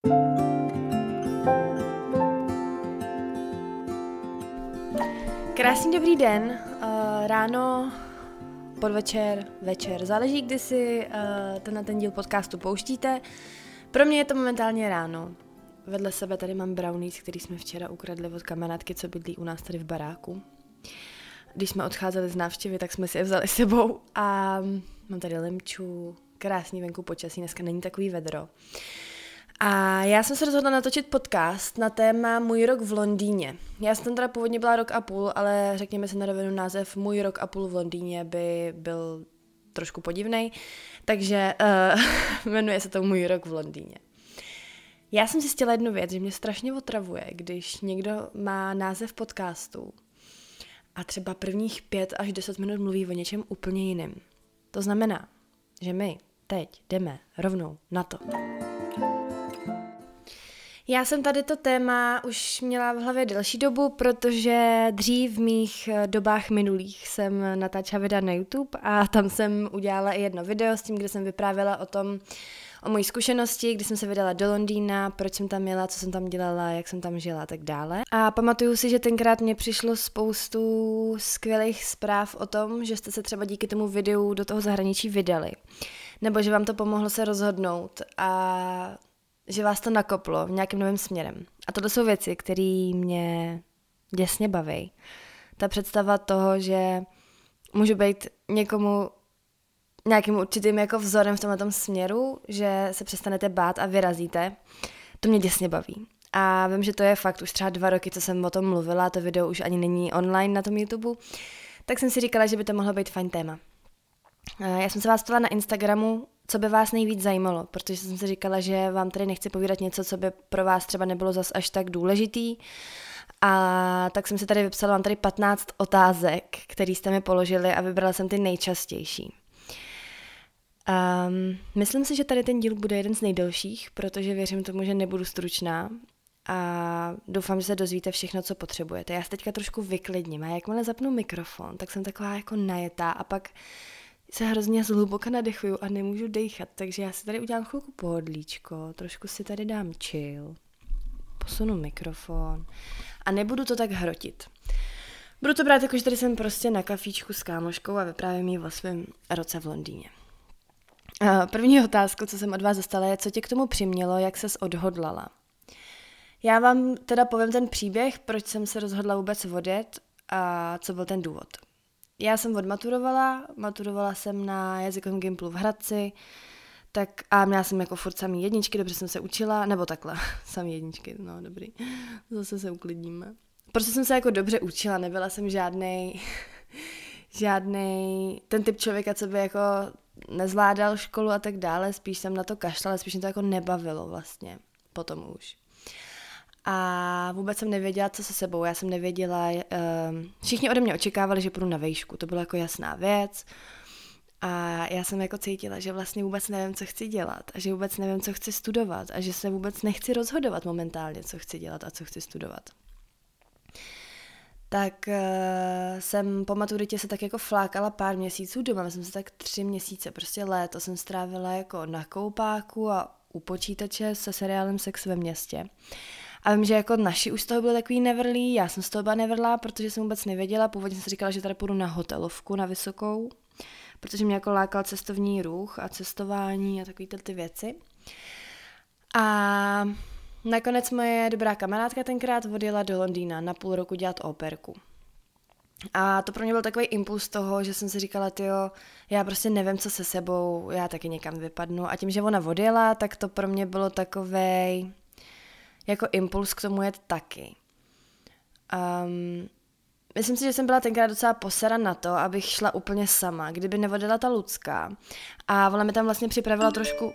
Krásný dobrý den, ráno, podvečer, večer, záleží, kdy si ten díl podcastu pouštíte. Pro mě je to momentálně ráno. Vedle sebe tady mám brownies, který jsme včera ukradli od kamarádky, co bydlí u nás tady v baráku. Když jsme odcházeli z návštěvy, tak jsme si je vzali sebou a mám tady limču, krásný venku počasí, dneska není takový vedro. A já jsem se rozhodla natočit podcast na téma Můj rok v Londýně. Já jsem tam teda původně byla rok a půl, ale řekněme si na rovinu název Můj rok a půl v Londýně by byl trošku podivnej, takže jmenuje se to Můj rok v Londýně. Já jsem zjistila jednu věc, že mě strašně otravuje, když někdo má název podcastu a třeba prvních 5 až 10 minut mluví o něčem úplně jiném. To znamená, že my teď jdeme rovnou na to. Já jsem tady to téma už měla v hlavě delší dobu, protože dřív v mých dobách minulých jsem natáčela videa na YouTube a tam jsem udělala i jedno video s tím, kde jsem vyprávěla o mojí zkušenosti, kdy jsem se vydala do Londýna, proč jsem tam jela, co jsem tam dělala, jak jsem tam žila a tak dále. A pamatuju si, že tenkrát mě přišlo spoustu skvělých zpráv o tom, že jste se třeba díky tomu videu do toho zahraničí vydali. Nebo že vám to pomohlo se rozhodnout a že vás to nakoplo v nějakým novým směrem. A tohle jsou věci, které mě děsně baví. Ta představa toho, že můžu být někomu nějakým určitým jako vzorem v tomhletom směru, že se přestanete bát a vyrazíte, to mě děsně baví. A vím, že to je fakt už třeba 2 roky, co jsem o tom mluvila, to video už ani není online na tom YouTube, tak jsem si říkala, že by to mohlo být fajn téma. Já jsem se vás ptala na Instagramu, co by vás nejvíc zajímalo, protože jsem si říkala, že vám tady nechci povídat něco, co by pro vás třeba nebylo zas až tak důležitý. A tak jsem si tady vypsala, mám tady 15 otázek, které jste mi položili a vybrala jsem ty nejčastější. Myslím si, že tady ten díl bude jeden z nejdelších, protože věřím tomu, že nebudu stručná a doufám, že se dozvíte všechno, co potřebujete. Já se teďka trošku vyklidním a jakmile zapnu mikrofon, tak jsem taková jako najetá a pak se hrozně zhluboka nadechuju a nemůžu dejchat, takže já si tady udělám chvilku pohodlíčko, trošku si tady dám chill, posunu mikrofon a nebudu to tak hrotit. Budu to brát jako, že tady jsem prostě na kafíčku s kámoškou a vyprávím jí o svém roce v Londýně. První otázku, co jsem od vás dostala, je, co tě k tomu přimělo, jak ses odhodlala. Já vám teda povím ten příběh, proč jsem se rozhodla vůbec odjet a co byl ten důvod. Já jsem maturovala jsem na jazykovém gimplu v Hradci, tak a měla jsem jako furt samý jedničky, dobře jsem se učila, nebo takhle, samý jedničky, no dobrý, zase se uklidníme. Prostě jsem se jako dobře učila, nebyla jsem žádnej ten typ člověka, co by jako nezvládal školu a tak dále, spíš jsem na to kašlala, spíš mě to jako nebavilo vlastně, potom už. A vůbec jsem nevěděla, co se sebou, já jsem nevěděla, všichni ode mě očekávali, že půjdu na vejšku, to byla jako jasná věc a já jsem jako cítila, že vlastně vůbec nevím, co chci dělat a že vůbec nevím, co chci studovat a že se vůbec nechci rozhodovat momentálně, co chci dělat a co chci studovat. Tak jsem po maturitě se tak jako flákala pár měsíců doma, myslím si tak 3 měsíce, prostě léto jsem strávila jako na koupáku a u počítače se seriálem Sex ve městě. A vím, že jako naši už z toho byli takový nevrlí, já jsem z toho byla nevrlá, protože jsem vůbec nevěděla, původně jsem si říkala, že tady půjdu na hotelovku, na vysokou, protože mě jako lákal cestovní ruch a cestování a takový ty věci. A nakonec moje dobrá kamarádka tenkrát odjela do Londýna na půl roku dělat operku. A to pro mě byl takový impuls toho, že jsem si říkala, tyjo, já prostě nevím, co se sebou, já taky někam vypadnu. A tím, že ona odjela, tak to pro mě bylo takovej jako impuls k tomu jet taky. Myslím si, že jsem byla tenkrát docela posera na to, abych šla úplně sama, kdyby neodjela ta Lucka. A ona mi tam vlastně připravila trošku,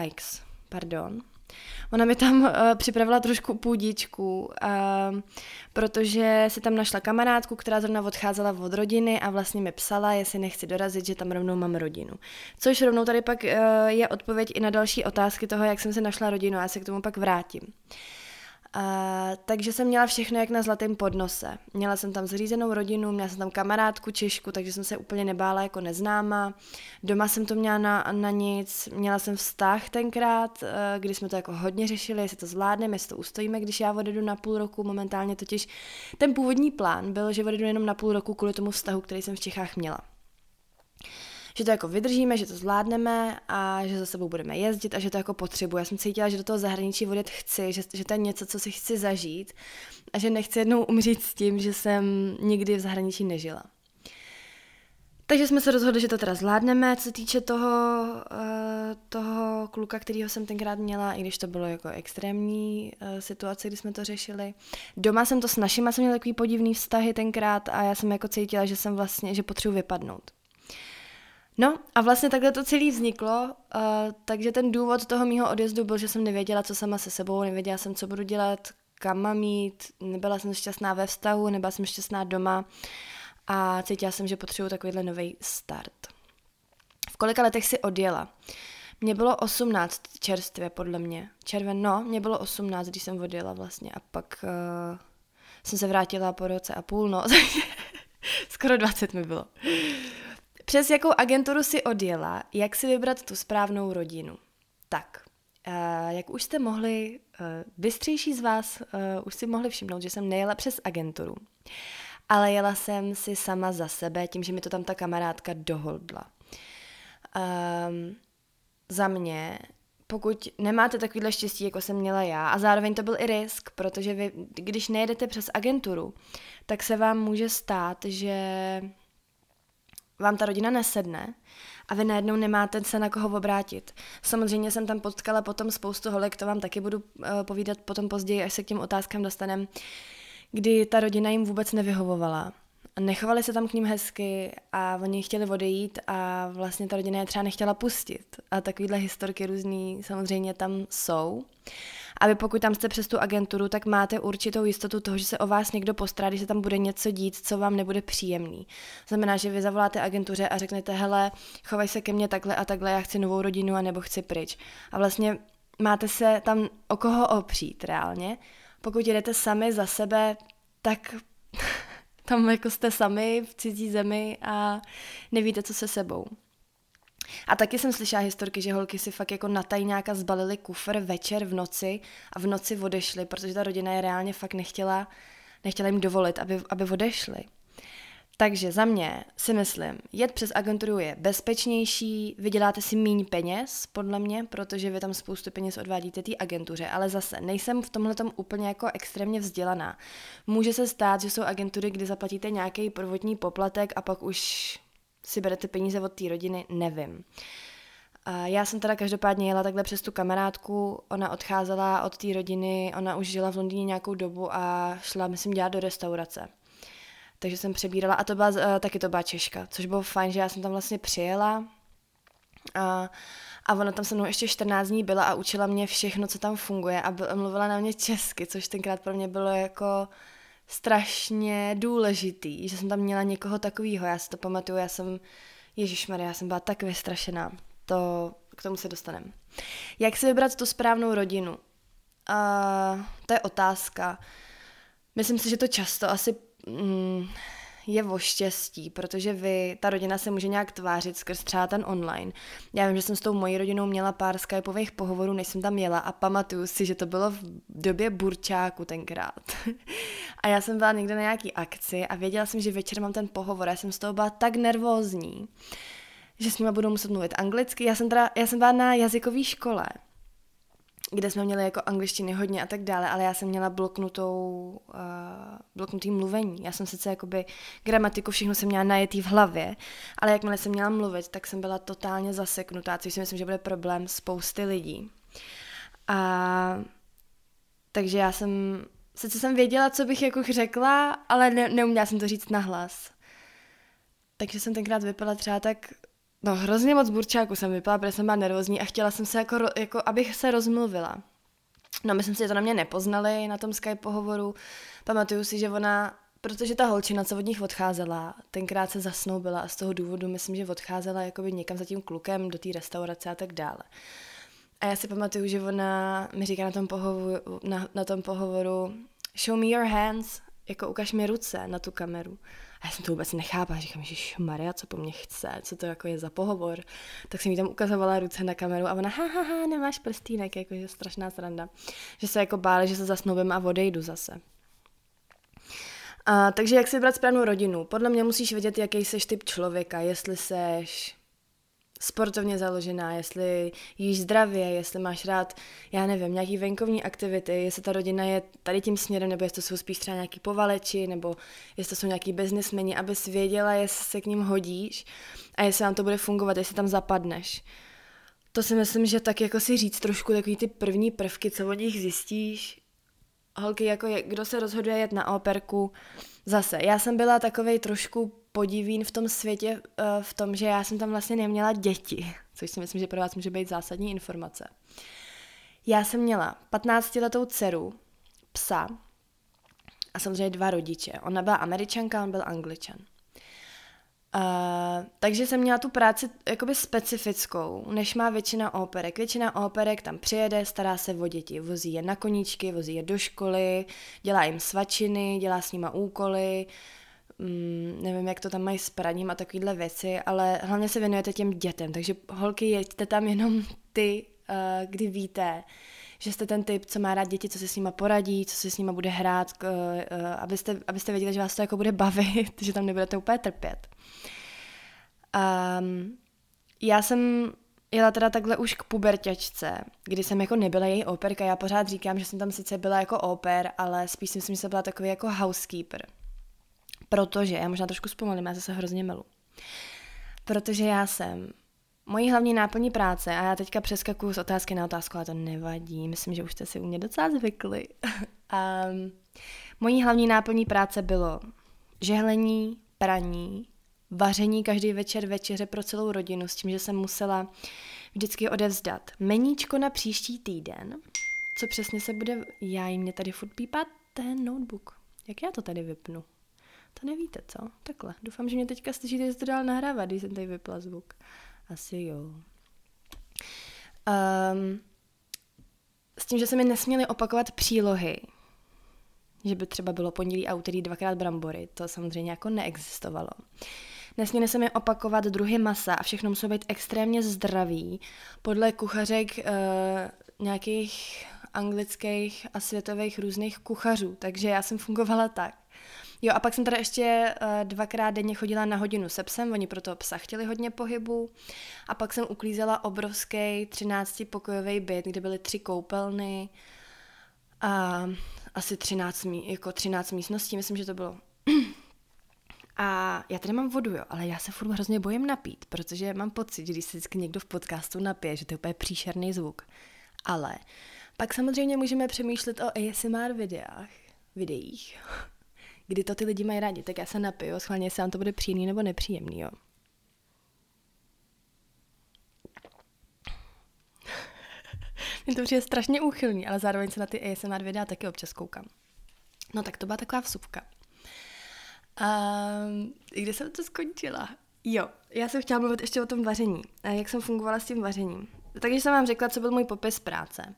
Ona mi tam připravila trošku půdičku, protože si tam našla kamarádku, která zrovna odcházela od rodiny a vlastně mi psala, jestli nechci dorazit, že tam rovnou mám rodinu. Což rovnou tady pak je odpověď i na další otázky toho, jak jsem si našla rodinu a já se k tomu pak vrátím. Takže jsem měla všechno jak na zlatém podnose. Měla jsem tam zřízenou rodinu, měla jsem tam kamarádku Češku, takže jsem se úplně nebála jako neznáma. Doma jsem to měla na nic, měla jsem vztah tenkrát, kdy jsme to jako hodně řešili, jestli to zvládneme, jestli to ustojíme, když já odjedu na půl roku. Momentálně totiž ten původní plán byl, že odjedu jenom na půl roku kvůli tomu vztahu, který jsem v Čechách měla. Že to jako vydržíme, že to zvládneme a že za sebou budeme jezdit a že to jako potřebuji. Já jsem cítila, že do toho zahraničí odjet chci, že to je něco, co si chci zažít a že nechci jednou umřít s tím, že jsem nikdy v zahraničí nežila. Takže jsme se rozhodli, že to teda zvládneme, co se týče toho kluka, kterýho jsem tenkrát měla, i když to bylo jako extrémní situace, kdy jsme to řešili. Doma jsem to s našima, jsem měla takový podivný vztahy tenkrát a já jsem jako cítila, že potřebuji vypadnout. No a vlastně takhle to celé vzniklo, takže ten důvod toho mýho odjezdu byl, že jsem nevěděla, co sama se sebou, nevěděla jsem, co budu dělat, kam mám jít, nebyla jsem šťastná ve vztahu, nebyla jsem šťastná doma a cítila jsem, že potřebuji takovýhle nový start. V kolika letech si odjela? Mně bylo 18 čerstvě, podle mě. Mně bylo 18, když jsem odjela vlastně a pak jsem se vrátila po roce a půl, no, takže skoro 20 mi bylo. Přes jakou agenturu si odjela, jak si vybrat tu správnou rodinu? Tak, jak už jste mohli, bystřejší z vás už si mohli všimnout, že jsem nejela přes agenturu, ale jela jsem si sama za sebe, tím, že mi to tam ta kamarádka dohodla. Za mě, pokud nemáte takovýhle štěstí, jako jsem měla já, a zároveň to byl i risk, protože vy, když nejedete přes agenturu, tak se vám může stát, že vám ta rodina nesedne a vy najednou nemáte se na koho obrátit. Samozřejmě jsem tam potkala potom spoustu holek, to vám taky budu povídat potom později, až se k těm otázkám dostaneme, kdy ta rodina jim vůbec nevyhovovala. Nechovali se tam k ním hezky a oni chtěli odejít a vlastně ta rodina je třeba nechtěla pustit. A takovýhle historky různý samozřejmě tam jsou. A vy pokud tam jste přes tu agenturu, tak máte určitou jistotu toho, že se o vás někdo postará, když se tam bude něco dít, co vám nebude příjemný. Znamená, že vy zavoláte agentuře a řeknete, hele, chovaj se ke mně takhle a takhle, já chci novou rodinu a nebo chci pryč. A vlastně máte se tam o koho opřít reálně. Pokud jdete sami za sebe, tak tam jako jste sami v cizí zemi a nevíte, co se sebou. A taky jsem slyšela historky, že holky si fakt jako na tajňáka zbalili kufr večer v noci a v noci odešly, protože ta rodina je reálně fakt nechtěla jim dovolit, aby odešly. Takže za mě si myslím, jet přes agenturu je bezpečnější, vyděláte si míň peněz, podle mě, protože vy tam spoustu peněz odvádíte té agentuře, ale zase nejsem v tomhletom úplně jako extrémně vzdělaná. Může se stát, že jsou agentury, kdy zaplatíte nějaký prvotní poplatek a pak už si berete peníze od té rodiny, nevím. Já jsem teda každopádně jela takhle přes tu kamarádku, ona odcházela od té rodiny, ona už žila v Londýně nějakou dobu a šla, myslím, dělat do restaurace. Takže jsem přebírala a taky to byla Češka, což bylo fajn, že já jsem tam vlastně přijela a ona tam se mnou ještě 14 dní byla a učila mě všechno, co tam funguje a mluvila na mě česky, což tenkrát pro mě bylo jako strašně důležitý, že jsem tam měla někoho takového, já si to pamatuju, ježišmarja, já jsem byla tak vystrašená, k tomu se dostaneme. Jak si vybrat tu správnou rodinu? To je otázka. Myslím si, že to často asi je o štěstí, protože ta rodina se může nějak tvářit skrz třeba ten online. Já vím, že jsem s tou mojí rodinou měla pár skypových pohovorů, než jsem tam jela a pamatuju si, že to bylo v době burčáku tenkrát. A já jsem byla někde na nějaký akci a věděla jsem, že večer mám ten pohovor. Já jsem z toho byla tak nervózní, že s nima budu muset mluvit anglicky. Já jsem byla na jazykové škole, kde jsme měli jako angličtiny hodně a tak dále, ale já jsem měla bloknutý mluvení. Já jsem sice jakoby gramatiku, všechno jsem měla najetý v hlavě, ale jakmile jsem měla mluvit, tak jsem byla totálně zaseknutá, což si myslím, že bude problém spousty lidí. Takže sice jsem věděla, co bych jako řekla, ale neuměla jsem to říct nahlas. Takže jsem tenkrát vypila třeba tak hrozně moc burčáku jsem vypila, protože jsem byla nervózní a chtěla jsem se jako abych se rozmluvila. No, myslím si, že to na mě nepoznali na tom Skype pohovoru. Pamatuju si, že protože ta holčina, co od nich odcházela, tenkrát se zasnoubila a z toho důvodu myslím, že odcházela jakoby někam za tím klukem do té restaurace a tak dále. A já si pamatuju, že ona mi říká na tom pohovoru show me your hands, jako ukaž mi ruce na tu kameru. A já jsem to vůbec nechápala, říkám, ježišmarja, co po mně chce, co to jako je za pohovor. Tak jsem jí tam ukazovala ruce na kameru a ona, nemáš prstýnek, jakože strašná sranda. Že se jako báli, že se zasnoubím a odejdu zase. Takže jak si vybrat správnou rodinu? Podle mě musíš vědět, jaký jsi typ člověka, jestli seš sportovně založená, jestli jíš zdravě, jestli máš rád, já nevím, nějaký venkovní aktivity, jestli ta rodina je tady tím směrem, nebo jestli to jsou spíš třeba nějaký povaleči, nebo jestli to jsou nějaký biznismeni, abys věděla, jestli se k ním hodíš a jestli vám to bude fungovat, jestli tam zapadneš. To si myslím, že tak jako si říct trošku takový ty první prvky, co od nich zjistíš. Holky, jako kdo se rozhoduje jet na operku, zase, já jsem byla takovej trošku podivín v tom světě, v tom, že já jsem tam vlastně neměla děti, což si myslím, že pro vás může být zásadní informace. Já jsem měla 15letou dceru, psa a samozřejmě 2 rodiče. Ona byla Američanka, on byl Angličan. Takže jsem měla tu práci jakoby specifickou, než má většina óperek. Většina óperek tam přijede, stará se o děti, vozí je na koníčky, vozí je do školy, dělá jim svačiny, dělá s nima úkoly, nevím, jak to tam mají s praním a takovýhle věci, ale hlavně se věnujete těm dětem, takže holky, jeďte tam jenom ty, kdy víte, že jste ten typ, co má rád děti, co se s nima poradí, co se s nima bude hrát, abyste věděli, že vás to jako bude bavit, že tam nebudete úplně trpět. Já jsem jela teda takhle už k puberťačce, kdy jsem jako nebyla její operka. Já pořád říkám, že jsem tam sice byla jako oper, ale spíš si myslím, že jsem byla takový jako housekeeper. Protože, já možná trošku zpomalím, já se hrozně milu. Protože já jsem mojí hlavní náplní práce, a já teďka přeskakuju z otázky na otázku, ale to nevadí, myslím, že už jste si u mě docela zvykli. Mojí hlavní náplní práce bylo žehlení, praní, vaření každý večer večeře pro celou rodinu, s tím, že jsem musela vždycky odevzdat meníčko na příští týden, co přesně se bude, mě tady furt pípat ten notebook. Jak já to tady vypnu? To nevíte, co? Takhle. Doufám, že mě teďka slyšíte, že to dál nahrávat, když jsem tady vypla zvuk. Asi jo. S tím, že se mi nesměly opakovat přílohy, že by třeba bylo pondělí a úterý 2x brambory, to samozřejmě jako neexistovalo. Nesměly se mi opakovat druhy masa a všechno muselo být extrémně zdravý, podle kuchařek nějakých anglických a světových různých kuchařů, takže já jsem fungovala tak. Jo, a pak jsem teda ještě 2x denně chodila na hodinu se psem, oni pro toho psa chtěli hodně pohybu. A pak jsem uklízela obrovský 13pokojový byt, kde byly 3 koupelny a asi 13 místností, myslím, že to bylo. A já tady mám vodu, jo, ale já se furt hrozně bojím napít, protože mám pocit, že když se vždycky někdo v podcastu napije, že to je úplně příšerný zvuk. Ale pak samozřejmě můžeme přemýšlet o ASMR videích, kdy to ty lidi mají rádi, tak já se napiju, schválně, jestli vám to bude příjemný nebo nepříjemný, jo. Mně to přijde strašně úchylný, ale zároveň se na ty ASMR videa taky občas koukám. No tak to byla taková vsuvka. Kde jsem to skončila? Jo, já jsem chtěla mluvit ještě o tom vaření. Jak jsem fungovala s tím vařením. Takže jsem vám řekla, co byl můj popis práce.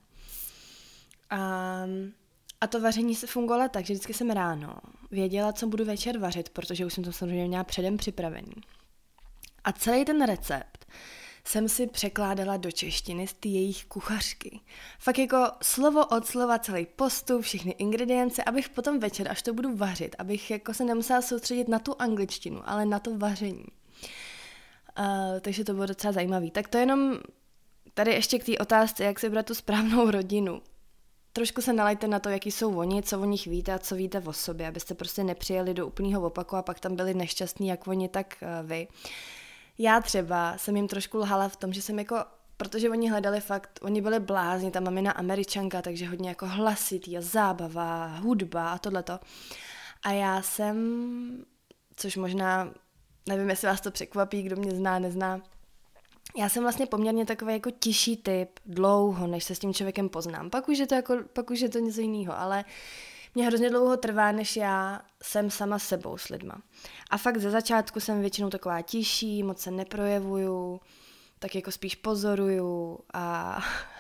A to vaření se fungovalo tak, že vždycky jsem ráno věděla, co budu večer vařit, protože už jsem to samozřejmě měla předem připravený. A celý ten recept jsem si překládala do češtiny z ty jejich kuchařky. Fakt jako slovo od slova, celý postup, všechny ingredience, abych potom večer, až to budu vařit, abych jako se nemusela soustředit na tu angličtinu, ale na to vaření. Takže to bylo docela zajímavý. Tak to jenom tady ještě k té otázce, jak si vybrat tu správnou rodinu. Trošku se nalejte na to, jaký jsou oni, co o nich víte a co víte o sobě, abyste prostě nepřijeli do úplného opaku a pak tam byli nešťastní, jak oni, tak vy. Já třeba jsem jim trošku lhala v tom, že jsem jako, protože oni hledali fakt, oni byli blázni, ta mamina Američanka, takže hodně jako hlasitý a zábava, hudba a tohleto. A já jsem, což možná, nevím, jestli vás to překvapí, kdo mě zná, nezná, já jsem vlastně poměrně takový jako tišší typ, dlouho, než se s tím člověkem poznám. Pak už je to něco jiného, ale mě hrozně dlouho trvá, než já jsem sama sebou s lidma. A fakt ze začátku jsem většinou taková tišší, moc se neprojevuju, tak jako spíš pozoruju a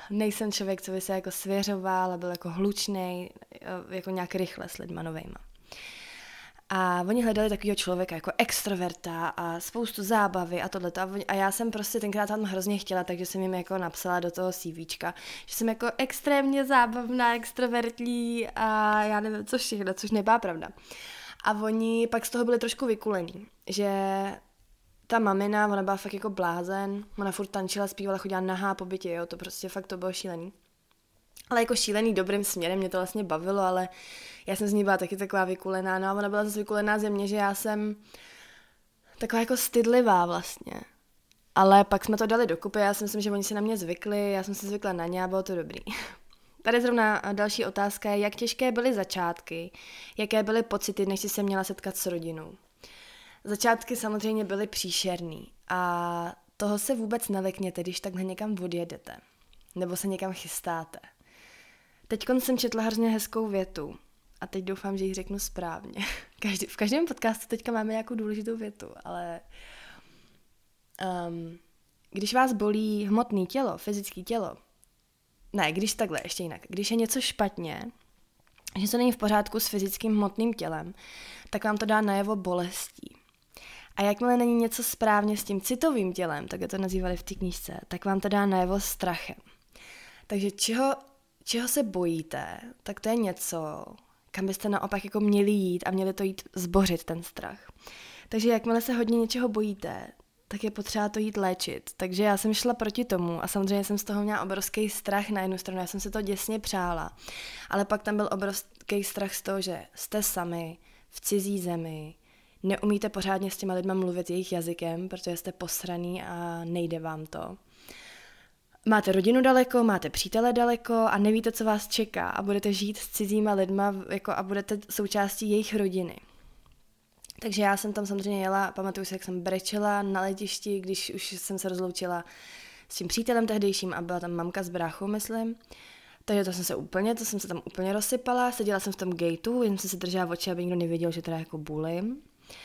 nejsem člověk, co by se jako svěřoval a byl jako hlučnej, jako nějak rychle s lidma novejma. A oni hledali takového člověka jako extroverta a spoustu zábavy a tohleto. A já jsem prostě tenkrát tam hrozně chtěla, takže jsem jim jako napsala do toho CVčka, že jsem jako extrémně zábavná, extrovertní a já nevím co všechno, což nebyla pravda. A oni pak z toho byli trošku vykulení, že ta mamina, ona byla fakt jako blázen, ona furt tančila, zpívala, chodila nahá po bytě, jo, to prostě fakt to bylo šílený. Ale jako šílený dobrým směrem, mě to vlastně bavilo, ale já jsem z ní byla taky taková vykulená, no a ona byla zase vykulená ze mě, že já jsem taková jako stydlivá vlastně. Ale pak jsme to dali dokupy, já si myslím, že oni si na mě zvykli, já jsem si zvykla na ně a bylo to dobrý. Tady zrovna další otázka je, jak těžké byly začátky, jaké byly pocity, než jsi se měla setkat s rodinou. Začátky samozřejmě byly příšerný a toho se vůbec nelekněte, když takhle někam odjedete, nebo se někam chystáte. Teďkon jsem četla hrozně hezkou větu a teď doufám, že ji řeknu správně. V každém podcastu teďka máme nějakou důležitou větu, ale když vás bolí hmotné tělo, fyzické tělo, ne, když takhle, ještě jinak, když je něco špatně, že to není v pořádku s fyzickým hmotným tělem, tak vám to dá najevo bolestí. A jakmile není něco správně s tím citovým tělem, tak je to nazývali v té knížce, tak vám to dá najevo strachem. Takže čeho se bojíte, tak to je něco, kam byste naopak jako měli jít a měli to jít zbořit ten strach. Takže jakmile se hodně něčeho bojíte, tak je potřeba to jít léčit. Takže já jsem šla proti tomu a samozřejmě jsem z toho měla obrovský strach na jednu stranu, já jsem se to děsně přála. Ale pak tam byl obrovský strach z toho, že jste sami v cizí zemi, neumíte pořádně s těma lidma mluvit jejich jazykem, protože jste posraný a nejde vám to. Máte rodinu daleko, máte přítele daleko a nevíte, co vás čeká a budete žít s cizíma lidma jako, a budete součástí jejich rodiny. Takže já jsem tam samozřejmě jela, pamatuju si, jak jsem brečela na letišti, když už jsem se rozloučila s tím přítelem tehdejším a byla tam mamka s bráchou, myslím. Takže to jsem se tam úplně rozsypala, seděla jsem v tom gateu, jen jsem se držela oči, aby nikdo nevěděl, že teda jako bulím.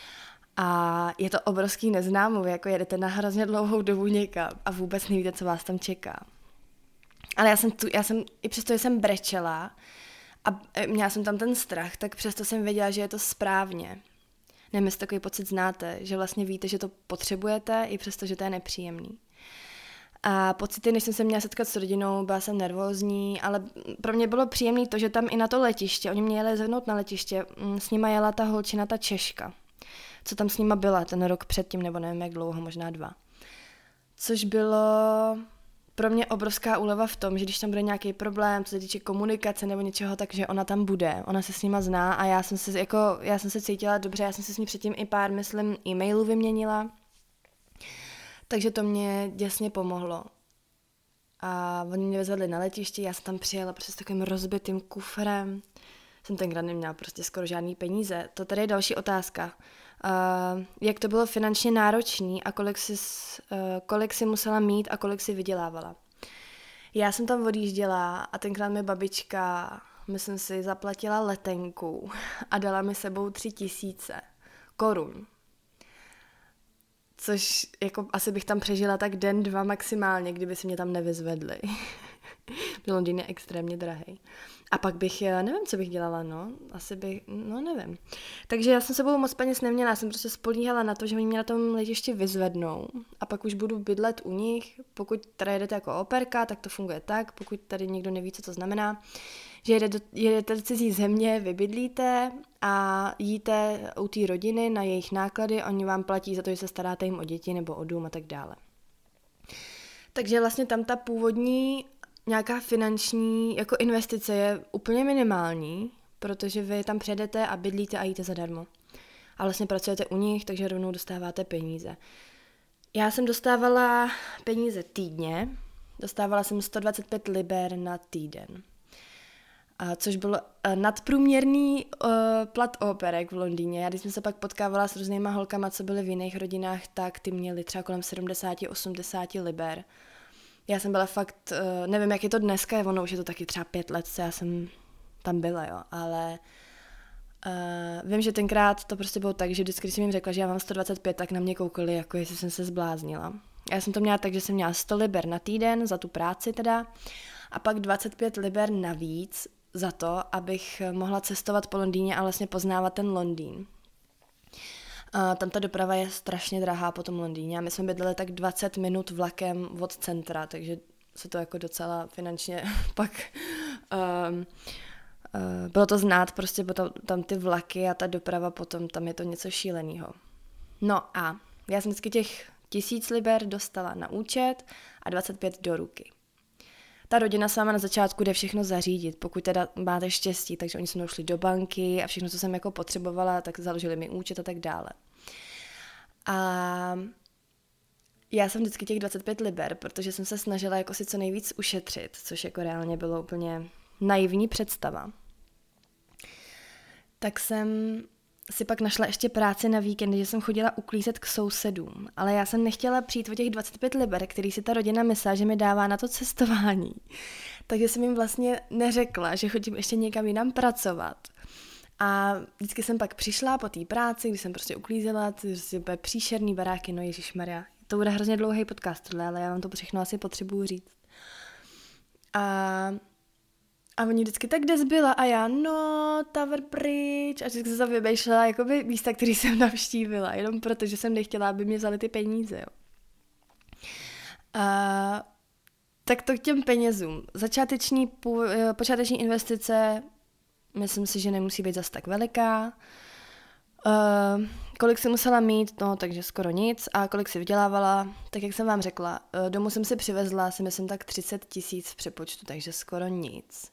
A je to obrovský neznámou, jako jedete na hrozně dlouhou dobu někam a vůbec nevíte, co vás tam čeká. Ale já jsem i přesto, že jsem brečela a měla jsem tam ten strach, tak přesto jsem věděla, že je to správně. Nevím, jestli takový pocit znáte, že vlastně víte, že to potřebujete, i přesto, že to je nepříjemný. A pocity, než jsem se měla setkat s rodinou, byla jsem nervózní, ale pro mě bylo příjemné to, že tam i na to letiště, oni mě jeli zvednout na letiště, s nima jela ta holčina, ta Češka, co tam s nima byla ten rok předtím, nebo nevím jak dlouho, možná 2. Což bylo pro mě obrovská úleva v tom, že když tam bude nějaký problém, co se týče komunikace nebo něčeho, takže ona tam bude, ona se s nima zná a já jsem se cítila dobře, já jsem se s ní předtím i pár, myslím, e-mailů vyměnila, takže to mě děsně pomohlo. A oni mě vezvedli na letiště, já jsem tam přijela prostě s takovým rozbitým kufrem, jsem tenkrát neměla prostě skoro žádný peníze. To tady je další otázka. Jak to bylo finančně náročný a kolik si musela mít a kolik si vydělávala. Já jsem tam odjížděla a tenkrát mi babička, myslím si, zaplatila letenku a dala mi sebou 3 000 korun. Což jako asi bych tam přežila tak den, 2 maximálně, kdyby si mě tam nevyzvedli. Londýn je extrémně drahý. A pak bych, nevím, co bych dělala, nevím. Takže já jsem sebou moc peněz neměla, já jsem prostě spolíhala na to, že mě na tom letišti vyzvednou a pak už budu bydlet u nich. Pokud tady jedete jako operka, tak to funguje tak, pokud tady někdo neví, co to znamená, že jedete do cizí země, vybydlíte a jíte u té rodiny na jejich náklady, oni vám platí za to, že se staráte jim o děti nebo o dům a tak dále. Takže vlastně tam ta původní nějaká finanční jako investice je úplně minimální, protože vy tam přijedete a bydlíte a jíte zadarmo. A vlastně pracujete u nich, takže rovnou dostáváte peníze. Já jsem dostávala peníze týdně, dostávala jsem 125 liber na týden. Což byl nadprůměrný plat operek v Londýně. Já když jsem se pak potkávala s různýma holkama, co byly v jiných rodinách, tak ty měly třeba kolem 70-80 liber. Já jsem byla fakt, nevím, jak je to dneska, ono už je to taky třeba 5 let, co já jsem tam byla, jo, ale vím, že tenkrát to prostě bylo tak, že vždycky, když jsem jim řekla, že já mám 125, tak na mě koukali, jako jestli jsem se zbláznila. Já jsem to měla tak, že jsem měla 100 liber na týden za tu práci teda a pak 25 liber navíc za to, abych mohla cestovat po Londýně a vlastně poznávat ten Londýn. Tam ta doprava je strašně drahá po tom Londýně a my jsme bydleli tak 20 minut vlakem od centra, takže se to jako docela finančně pak bylo to znát, prostě tam ty vlaky a ta doprava potom, tam je to něco šíleného. No a já jsem vždycky těch 1000 liber dostala na účet a 25 do ruky. Ta rodina s váma na začátku jde všechno zařídit, pokud teda máte štěstí, takže oni se mnou šli do banky a všechno, co jsem jako potřebovala, tak založili mi účet a tak dále. A já jsem vždycky těch 25 liber, protože jsem se snažila jako si co nejvíc ušetřit, což jako reálně bylo úplně naivní představa. Tak jsem si pak našla ještě práci na víkendy, že jsem chodila uklízet k sousedům, ale já jsem nechtěla přijít o těch 25 liber, který si ta rodina myslela, že mi dává na to cestování. Takže jsem jim vlastně neřekla, že chodím ještě někam jinam pracovat. A vždycky jsem pak přišla po té práci, když jsem prostě uklízela, ty prostě příšerný baráky, no ježišmarja. To bude hrozně dlouhý podcast, ale já vám to všechno asi potřebuju říct. A oni vždycky, tak kde jsi byla? A já, no, Tower Bridge. A vždycky se to vymýšlela jakoby místa, který jsem navštívila, jenom protože jsem nechtěla, aby mě vzali ty peníze, jo. Tak to k těm penězům. Počáteční investice, myslím si, že nemusí být zas tak veliká. Kolik jsem musela mít, no, takže skoro nic. A kolik si vydělávala, tak jak jsem vám řekla, domů jsem si přivezla, si myslím tak 30 000 v přepočtu, takže skoro nic.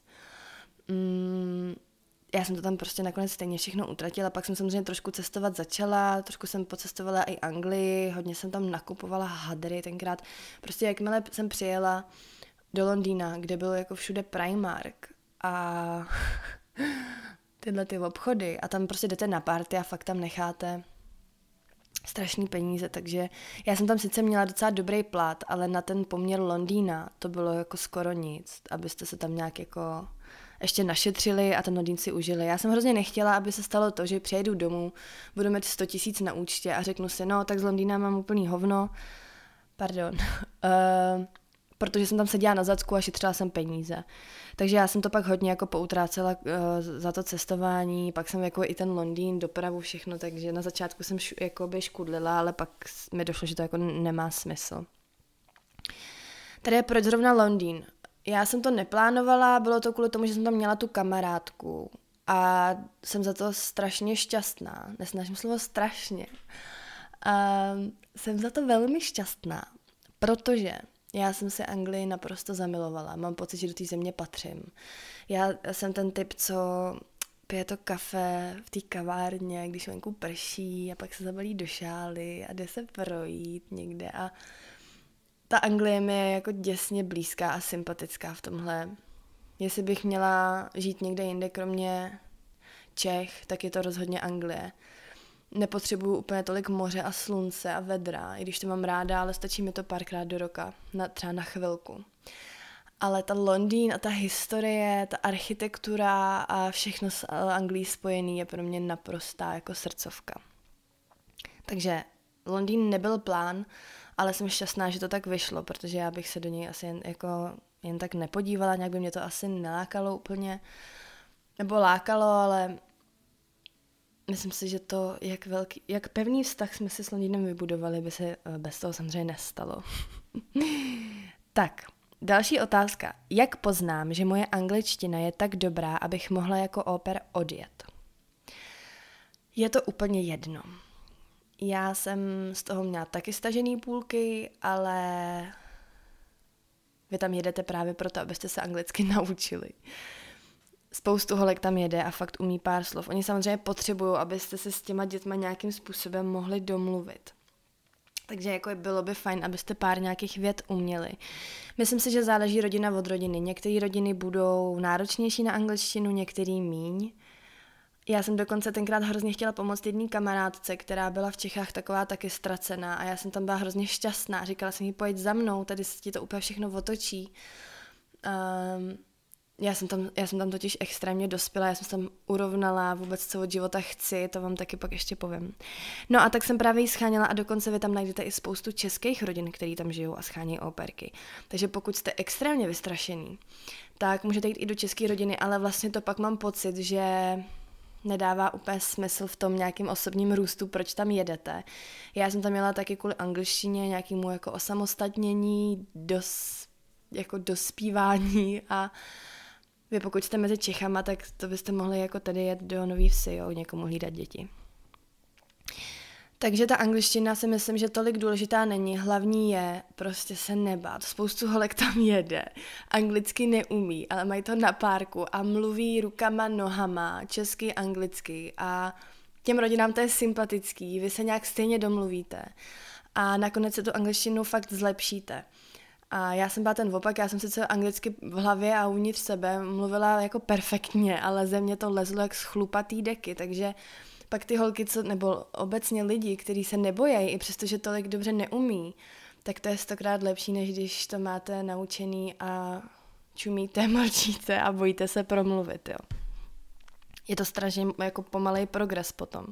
Já jsem to tam prostě nakonec stejně všechno utratila, pak jsem samozřejmě trošku cestovat začala, trošku jsem pocestovala i Anglii, hodně jsem tam nakupovala hadry tenkrát. Prostě jakmile jsem přijela do Londýna, kde bylo jako všude Primark a tyhle ty obchody a tam prostě jdete na party a fakt tam necháte strašný peníze, takže já jsem tam sice měla docela dobrý plat, ale na ten poměr Londýna to bylo jako skoro nic, abyste se tam nějak jako ještě našetřili a ten Londýn si užili. Já jsem hrozně nechtěla, aby se stalo to, že přijedu domů, budu mít 100 000 na účtě a řeknu si, no tak z Londýna mám úplný hovno, protože jsem tam seděla na zacku a šetřila jsem peníze. Takže já jsem to pak hodně jako poutrácela za to cestování, pak jsem jako i ten Londýn, dopravu, všechno, takže na začátku jsem jakoby škudlila, ale pak mi došlo, že to jako nemá smysl. Tady je proč zrovna Londýn. Já jsem to neplánovala, bylo to kvůli tomu, že jsem tam měla tu kamarádku a jsem za to strašně šťastná. Nesnažím slovo strašně. Jsem za to velmi šťastná, protože já jsem si Anglii naprosto zamilovala. Mám pocit, že do té země patřím. Já jsem ten typ, co pije to kafe v té kavárně, když venku prší a pak se zabalí do šály a jde se projít někde a ta Anglie mi je jako děsně blízká a sympatická v tomhle. Jestli bych měla žít někde jinde, kromě Čech, tak je to rozhodně Anglie. Nepotřebuju úplně tolik moře a slunce a vedra, i když to mám ráda, ale stačí mi to párkrát do roka, třeba na chvilku. Ale ta Londýn a ta historie, ta architektura a všechno s Anglií spojený je pro mě naprostá jako srdcovka. Takže Londýn nebyl plán, ale jsem šťastná, že to tak vyšlo, protože já bych se do něj asi jen tak nepodívala, nějak by mě to asi nelákalo úplně, nebo lákalo, ale myslím si, že to, jak pevný vztah jsme si s Londýnem vybudovali, by se bez toho samozřejmě nestalo. Tak, další otázka. Jak poznám, že moje angličtina je tak dobrá, abych mohla jako au pair odjet? Je to úplně jedno. Já jsem z toho měla taky stažený půlky, ale vy tam jedete právě proto, abyste se anglicky naučili. Spoustu holek tam jede a fakt umí pár slov. Oni samozřejmě potřebují, abyste se s těma dětma nějakým způsobem mohli domluvit. Takže jako bylo by fajn, abyste pár nějakých vět uměli. Myslím si, že záleží rodina od rodiny. Některé rodiny budou náročnější na angličtinu, některý míň. Já jsem dokonce tenkrát hrozně chtěla pomoct jedné kamarádce, která byla v Čechách taková taky ztracená a já jsem tam byla hrozně šťastná. Říkala jsem jí, pojď za mnou, tady se ti to úplně všechno otočí. Já jsem tam totiž extrémně dospěla, já jsem se tam urovnala, vůbec co od života chci, to vám taky pak ještě povím. No a tak jsem právě ji scháněla a dokonce vy tam najdete i spoustu českých rodin, který tam žijou a schánějí operky. Takže pokud jste extrémně vystrašený, tak můžete jít i do české rodiny, ale vlastně to pak mám pocit, že nedává úplně smysl v tom nějakým osobním růstu, proč tam jedete. Já jsem tam jela taky kvůli angličtině, nějakému jako osamostatnění, jako dospívání a vy pokud jste mezi Čechama, tak to byste mohli jako tady jet do Nový Vsi, jo, někomu hlídat děti. Takže ta angličtina si myslím, že tolik důležitá není. Hlavní je prostě se nebát. Spoustu holek tam jede. Anglicky neumí, ale mají to na párku a mluví rukama, nohama, česky, anglicky a těm rodinám to je sympatický. Vy se nějak stejně domluvíte a nakonec se tu angličtinu fakt zlepšíte. A já jsem byla ten opak, já jsem sice anglicky v hlavě a uvnitř sebe mluvila jako perfektně, ale ze mě to lezlo jak z chlupatý deky, takže pak ty holky, nebo obecně lidi, kteří se nebojí, i přestože tolik dobře neumí, tak to je 100krát lepší, než když to máte naučený a čumíte, mlčíte a bojíte se promluvit, jo. Je to strašně jako pomalej progres potom.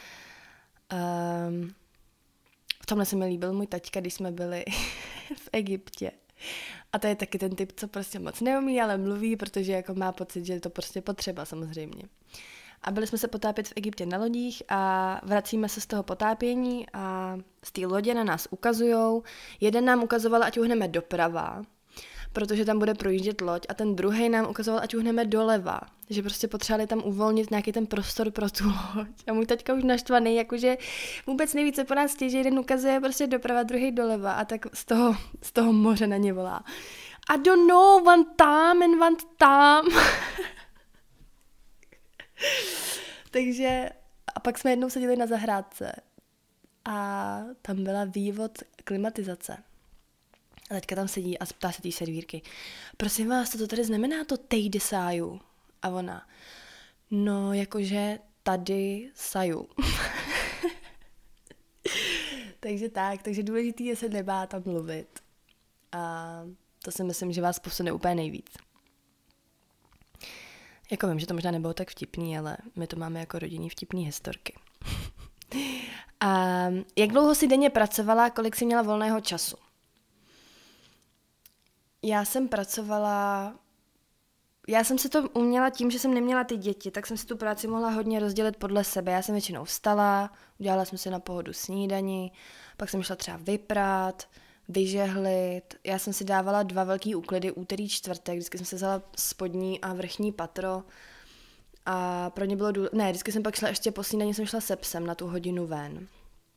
V tomhle se mi líbil můj taťka, když jsme byli v Egyptě. A to je taky ten typ, co prostě moc neumí, ale mluví, protože jako má pocit, že je to prostě potřeba samozřejmě. A byli jsme se potápět v Egyptě na lodích a vracíme se z toho potápění a z té lodě na nás ukazujou. Jeden nám ukazoval, ať uhneme doprava, protože tam bude projíždět loď a ten druhej nám ukazoval, ať uhneme doleva. Že prostě potřebovali tam uvolnit nějaký ten prostor pro tu loď. A můj taťka už naštvaný, jakože vůbec neví, co po nás chtějí, že jeden ukazuje prostě doprava, druhý doleva a tak z toho moře na ně volá. I don't know, van tam and van tam. Takže a pak jsme jednou seděli na zahrádce a tam byla vývod klimatizace. A teďka tam sedí a ptá se té servírky. Prosím vás, co to tady znamená to tejdy sáju? A ona, no jakože tady saju. takže důležitý je se nebát a mluvit. A to si myslím, že vás posune úplně nejvíc. Jako vím, že to možná nebylo tak vtipný, ale my to máme jako rodinný vtipný historky. A jak dlouho si denně pracovala, kolik si měla volného času? Já jsem si to uměla tím, že jsem neměla ty děti, tak jsem si tu práci mohla hodně rozdělit podle sebe. Já jsem většinou vstala, udělala jsem si na pohodu snídani, pak jsem šla třeba vyprát, vyžehlit. Já jsem si dávala 2 velký úklidy, úterý, čtvrtek, vždycky jsem si vzala spodní a vrchní patro. A pro ně bylo vždycky jsem pak šla ještě po snídani, jsem šla se psem na tu hodinu ven.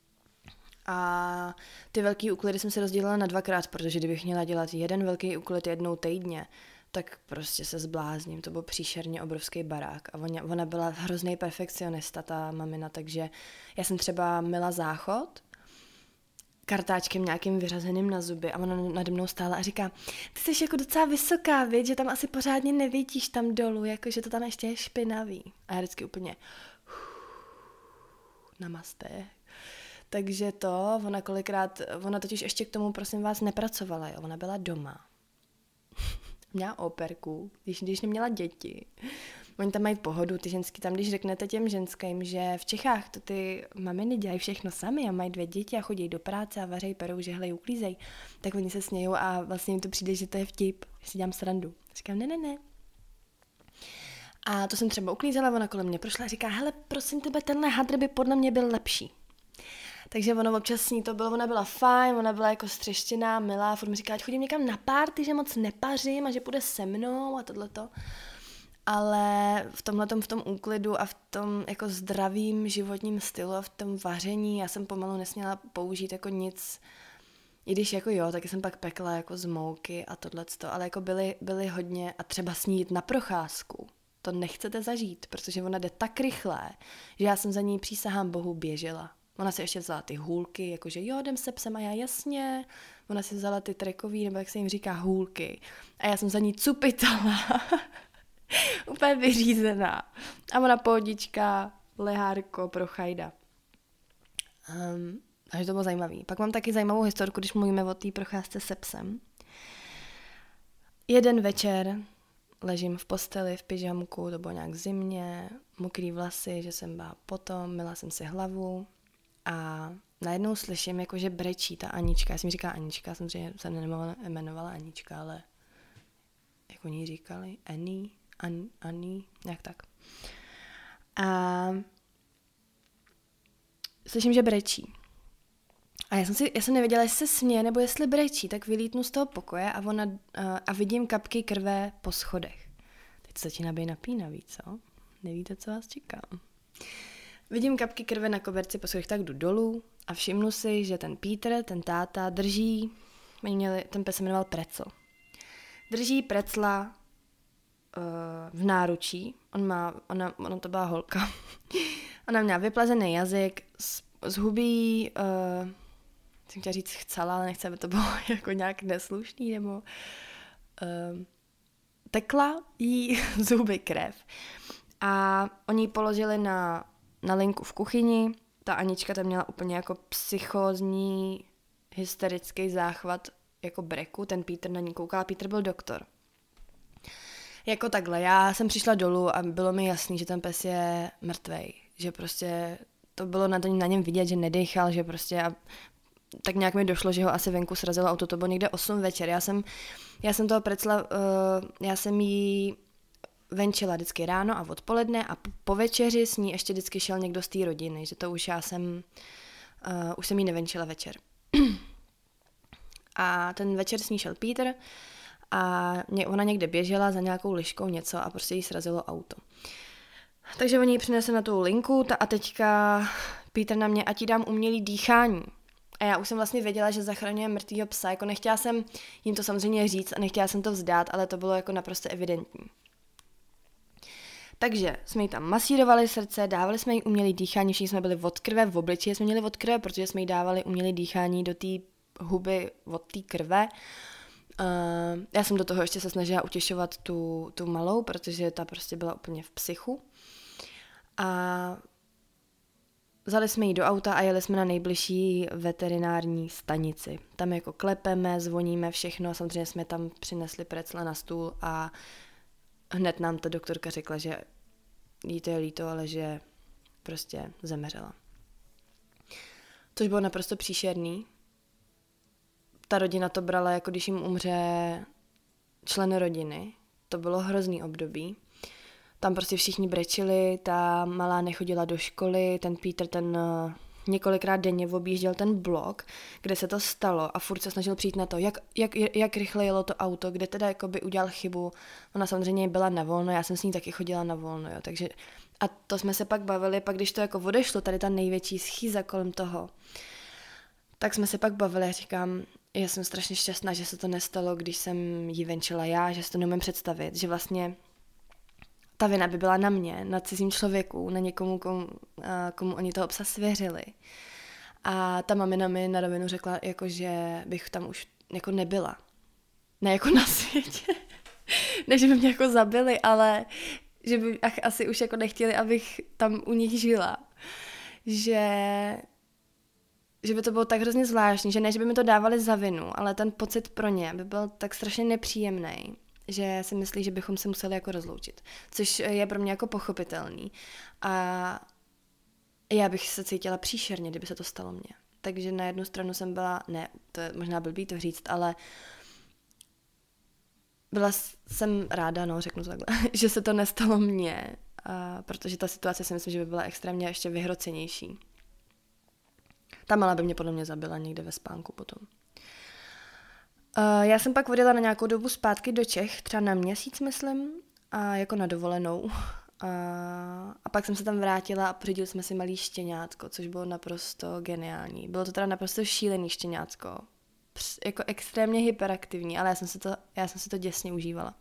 A ty velký úklidy jsem si rozdělila na 2krát, protože kdybych měla dělat jeden velký úklid jednou týdně, tak prostě se zblázním, to byl příšerně obrovský barák a ona byla hrozný perfekcionista, ta mamina, takže já jsem třeba myla záchod kartáčkem nějakým vyřazeným na zuby a ona nade mnou stála a říká, ty jsi jako docela vysoká, viď, že tam asi pořádně nevidíš tam dolů, jako že to tam ještě je špinavý. A já vždycky úplně namaste. Takže ona totiž ještě k tomu, prosím vás, nepracovala, jo, ona byla doma. Měla operku, když neměla děti. Oni tam mají pohodu, ty ženský tam, když řeknete těm ženským, že v Čechách to ty maminy dělají všechno sami a mají 2 děti a chodí do práce a vařejí, perou, žehlej, uklízejí, tak oni se smějou a vlastně jim to přijde, že to je vtip, že si dělám srandu. Říkám, ne. A to jsem třeba uklízela, ona kolem mě prošla a říká, hele, prosím tebe, tenhle hadr by podle mě byl lepší. Takže ono občas s ní to bylo, ona byla fajn, ona byla jako střeštěná, milá, furt mi říkala, ať chodím někam na párty, že moc nepařím a že půjde se mnou a tohleto. Ale v tom úklidu a v tom jako zdravým životním stylu a v tom vaření já jsem pomalu nesměla použít jako nic, i když jako jo, tak jsem pak pekla jako z mouky a tohleto, ale jako byly hodně a třeba s ní jít na procházku. To nechcete zažít, protože ona jde tak rychle, že já jsem za ní přísahám Bohu běžela. Ona si ještě vzala ty hůlky, jakože jo, jdem se psem a já jasně. Ona si vzala ty trekový, nebo jak se jim říká, hůlky. A já jsem za ní cupitala. Úplně vyřízená. A ona pohodička, lehárko, prochajda. Takže to bylo zajímavý. Pak mám taky zajímavou historku, když mluvíme o té procházce se psem. Jeden večer ležím v posteli v pyžamku, to bylo nějak zimně, mokrý vlasy, že jsem byla potom, myla jsem si hlavu a najednou slyším, jako že brečí ta Anička. Já jsem říkala Anička, samozřejmě se nejmenovala Anička, ale jak oni říkali, Annie, nějak tak. A slyším, že brečí. A já jsem nevěděla, jestli se směje, nebo jestli brečí, tak vylítnu z toho pokoje a vidím kapky krve po schodech. Teď se začíná být napínavý, co? Nevíte, co vás čeká. Vidím kapky krve na koberci po schodech, tak jdu dolů a všimnu si, že ten Peter, ten táta, drží, ten pes se jmenoval Precl. Drží Precla v náručí, ona to byla holka. Ona měla vyplazený jazyk, z hubí, jsem chtěla říct chcela, ale nechci, aby to bylo jako nějak neslušný, nebo tekla jí z huby krev. A oni ji položili na linku v kuchyni, ta Anička tam měla úplně jako psychózní, hysterický záchvat jako breku, ten Peter na ní koukal, Peter byl doktor. Jako takhle, já jsem přišla dolů a bylo mi jasný, že ten pes je mrtvej, že prostě to bylo na něm vidět, že nedechal, že prostě tak nějak mi došlo, že ho asi venku srazilo auto, to bylo někde 8 večer. Já jsem toho Precla, já jsem jí venčila vždycky ráno a odpoledne a po večeři s ní ještě vždycky šel někdo z té rodiny, že to už jsem jí nevenčila večer. A ten večer s ní šel Peter a ona někde běžela za nějakou liškou něco a prostě jí srazilo auto. Takže oni ji přinesli na tu linku a teďka Peter na mě, ať jí dám umělý dýchání. A já už jsem vlastně věděla, že zachraňuje mrtvýho psa, jako nechtěla jsem jim to samozřejmě říct a nechtěla jsem to vzdát, ale to bylo jako naprosto evidentní. Takže jsme jí tam masírovali srdce, dávali jsme jí umělý dýchání, všichni jsme byli od krve, v obličeji jsme měli od krve, protože jsme jí dávali umělý dýchání do té huby od té krve. Já jsem do toho ještě se snažila utěšovat tu malou, protože ta prostě byla úplně v psychu. A vzali jsme ji do auta a jeli jsme na nejbližší veterinární stanici. Tam jako klepeme, zvoníme všechno, samozřejmě jsme tam přinesli Precla na stůl a hned nám ta doktorka řekla, že jí to je líto, ale že prostě zemřela. Což bylo naprosto příšerný. Ta rodina to brala, jako když jim umře člen rodiny. To bylo hrozný období. Tam prostě všichni brečili, ta malá nechodila do školy, ten Peter několikrát denně objížděl ten blok, kde se to stalo a furt se snažil přijít na to, jak rychle jelo to auto, kde teda jakoby udělal chybu. Ona samozřejmě byla na volno, já jsem s ní taky chodila na volno, jo, takže a to jsme se pak bavili, pak když to jako odešlo, tady ta největší schýza kolem toho, tak jsme se pak bavili a říkám, já jsem strašně šťastná, že se to nestalo, když jsem jí venčila já, že si to neumím představit, že vlastně ta vina by byla na mě, na cizím člověku, na někomu, komu oni toho psa svěřili. A ta mamina mi na rovinu řekla, jako, že bych tam už jako nebyla. Ne jako na světě. Ne, že by mě jako zabili, ale že by asi už jako nechtěli, abych tam u nich žila. Že by to bylo tak hrozně zvláštní, že ne, že by mi to dávali za vinu, ale ten pocit pro ně by byl tak strašně nepříjemný, že si myslí, že bychom se museli jako rozloučit. Což je pro mě jako pochopitelný. A já bych se cítila příšerně, kdyby se to stalo mně. Takže na jednu stranu jsem byla, ne, to je možná blbý to říct, ale byla jsem ráda, no, řeknu to takhle, že se to nestalo mně, protože ta situace si myslím, že by byla extrémně ještě vyhrocenější. Ta malá by mě podle mě zabila někde ve spánku potom. Já jsem pak odjela na nějakou dobu zpátky do Čech, třeba na měsíc, myslím, a jako na dovolenou. A pak jsem se tam vrátila a pořídili jsme si malý štěňátko, což bylo naprosto geniální. Bylo to teda naprosto šílený štěňátko. Jako extrémně hyperaktivní, ale já jsem si to děsně užívala.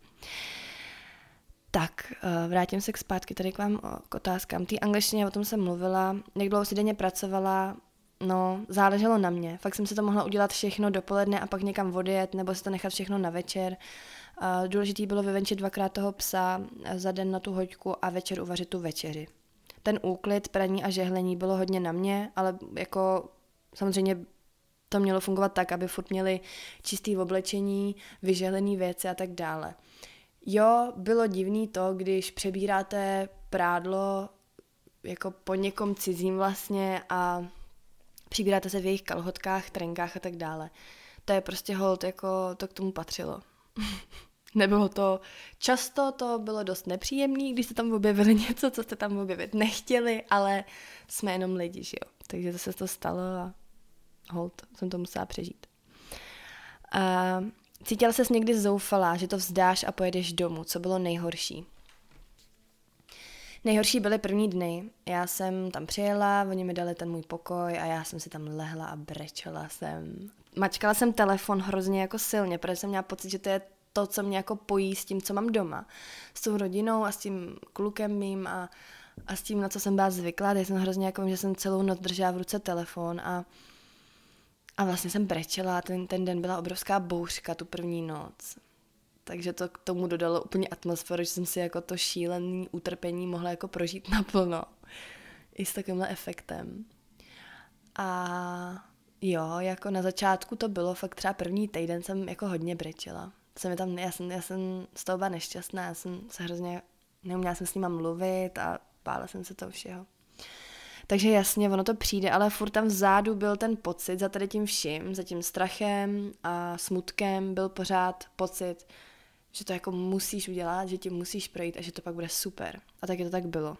Tak, vrátím se zpátky tady k vám k otázkám. Té angličtině, o tom jsem mluvila, jak dlouho si denně pracovala, no, záleželo na mě. Fakt jsem si to mohla udělat všechno dopoledne a pak někam odjet, nebo si to nechat všechno na večer. Důležitý bylo vyvenčit 2krát toho psa za den na tu hoďku a večer uvařit tu večeři. Ten úklid, praní a žehlení bylo hodně na mě, ale jako samozřejmě to mělo fungovat tak, aby furt měli čistý oblečení, vyžehlený věci a tak dále. Jo, bylo divný to, když přebíráte prádlo jako po někom cizím vlastně a přibíráte se v jejich kalhotkách, trenkách a tak dále. To je prostě hold, jako to k tomu patřilo. Nebylo to často, to bylo dost nepříjemný, když jste tam objevili něco, co jste tam objevit nechtěli, ale jsme jenom lidi, že jo. Takže to se to stalo a hold, jsem to musela přežít. A cítila ses někdy zoufalá, že to vzdáš a pojedeš domů, co bylo nejhorší? Nejhorší byly první dny. Já jsem tam přijela, oni mi dali ten můj pokoj a já jsem si tam lehla a brečela jsem. Mačkala jsem telefon hrozně jako silně, protože jsem měla pocit, že to je to, co mě jako pojí s tím, co mám doma. S tou rodinou a s tím klukem mým a s tím, na co jsem byla zvyklá. Já jsem hrozně jako, že jsem celou noc držela v ruce telefon a vlastně jsem brečela a ten den byla obrovská bouřka, tu první noc. Takže to k tomu dodalo úplně atmosféru, že jsem si jako to šílené utrpení mohla jako prožít naplno. I s takovýmhle efektem. A jo, jako na začátku to bylo fakt třeba první týden jsem jako hodně brečela. Já jsem z toho byla nešťastná, já jsem se hrozně, neuměla jsem s nima mluvit a bála jsem se toho všeho. Takže jasně, ono to přijde, ale furt tam vzadu byl ten pocit za tady tím vším, za tím strachem a smutkem byl pořád pocit, že to jako musíš udělat, že ti musíš projít a že to pak bude super. A taky to tak bylo.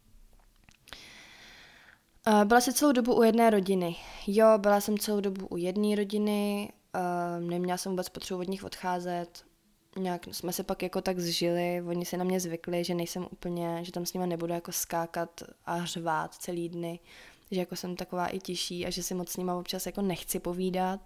Byla jsi celou dobu u jedné rodiny. Jo, byla jsem celou dobu u jedné rodiny, neměla jsem vůbec potřebu od nich odcházet. Nějak jsme se pak jako tak zžili, oni se na mě zvykli, že nejsem úplně, že tam s nima nebudu jako skákat a řvát celý dny, že jako jsem taková i tiší a že si moc s nima občas jako nechci povídat.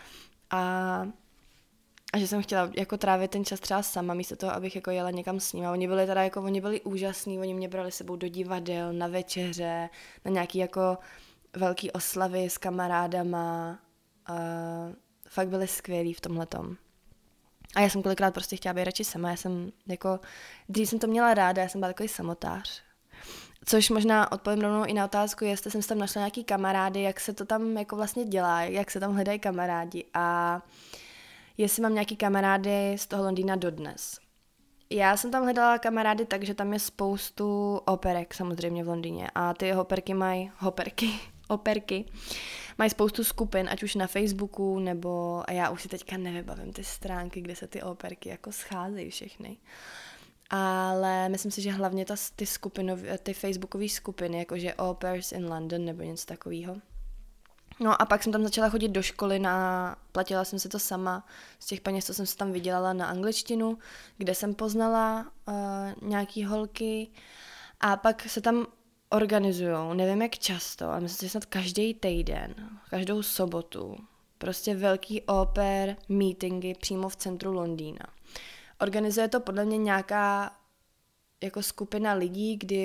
A že jsem chtěla jako trávit ten čas třeba sama, místo toho, abych jako jela někam s nima. Oni byli úžasní, oni mě brali sebou do divadel, na večeře, na nějaký jako velký oslavy s kamarádama. Fakt byli skvělí v tomhletom. A já jsem kolikrát prostě chtěla být radši sama. Dřív jsem to měla ráda, já jsem byla takový samotář. Což možná odpovím rovnou i na otázku, jestli jsem si tam našla nějaký kamarády, jak se to tam jako vlastně dělá, jak se tam hledají kamarádi a jestli mám nějaký kamarády z toho Londýna dodnes. Já jsem tam hledala kamarády tak, že tam je spoustu operek samozřejmě v Londýně a ty operky mají spoustu skupin, ať už na Facebooku, nebo a já už si teďka nevybavím ty stránky, kde se ty operky jako scházejí všechny. Ale myslím si, že hlavně ty facebookové skupiny, jakože Opers in London nebo něco takového. No a pak jsem tam začala chodit do školy, platila jsem si to sama z těch peněz, co jsem se tam vydělala na angličtinu, kde jsem poznala nějaký holky a pak se tam organizujou, nevím jak často, ale myslím, že snad každý týden, každou sobotu, prostě velký oper meetingy přímo v centru Londýna. Organizuje to podle mě nějaká jako skupina lidí, kdy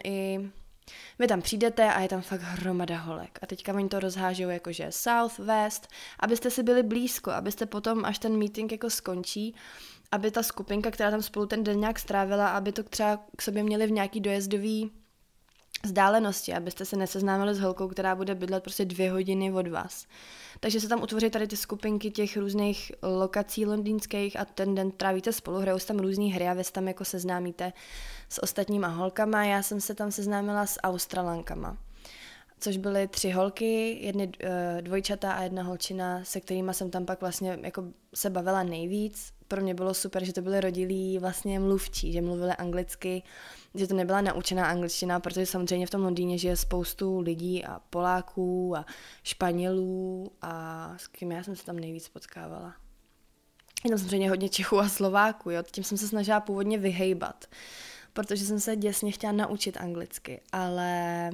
vy tam přijdete a je tam fakt hromada holek. A teďka oni to rozhážou jakože south, west, abyste si byli blízko, abyste potom, až ten meeting jako skončí, aby ta skupinka, která tam spolu ten den nějak strávila, aby to třeba k sobě měli v nějaký dojezdový vzdálenosti, abyste se neseznámili s holkou, která bude bydlet prostě 2 hodiny od vás. Takže se tam utvoří tady ty skupinky těch různých lokací londýnských a ten den trávíte spolu, hrajou se tam různý hry a vy se tam jako seznámíte s ostatníma holkama. Já jsem se tam seznámila s Australankama, což byly 3 holky, jedny dvojčata a jedna holčina, se kterýma jsem tam pak vlastně jako se bavila nejvíc. Pro mě bylo super, že to byly rodilí vlastně mluvčí, že mluvili anglicky, že to nebyla naučená angličtina, protože samozřejmě v tom Londýně žije spoustu lidí a Poláků a Španělů a s kým já jsem se tam nejvíc potkávala. Je tam samozřejmě hodně Čechů a Slováků, jo? Tím jsem se snažila původně vyhejbat, protože jsem se děsně chtěla naučit anglicky, ale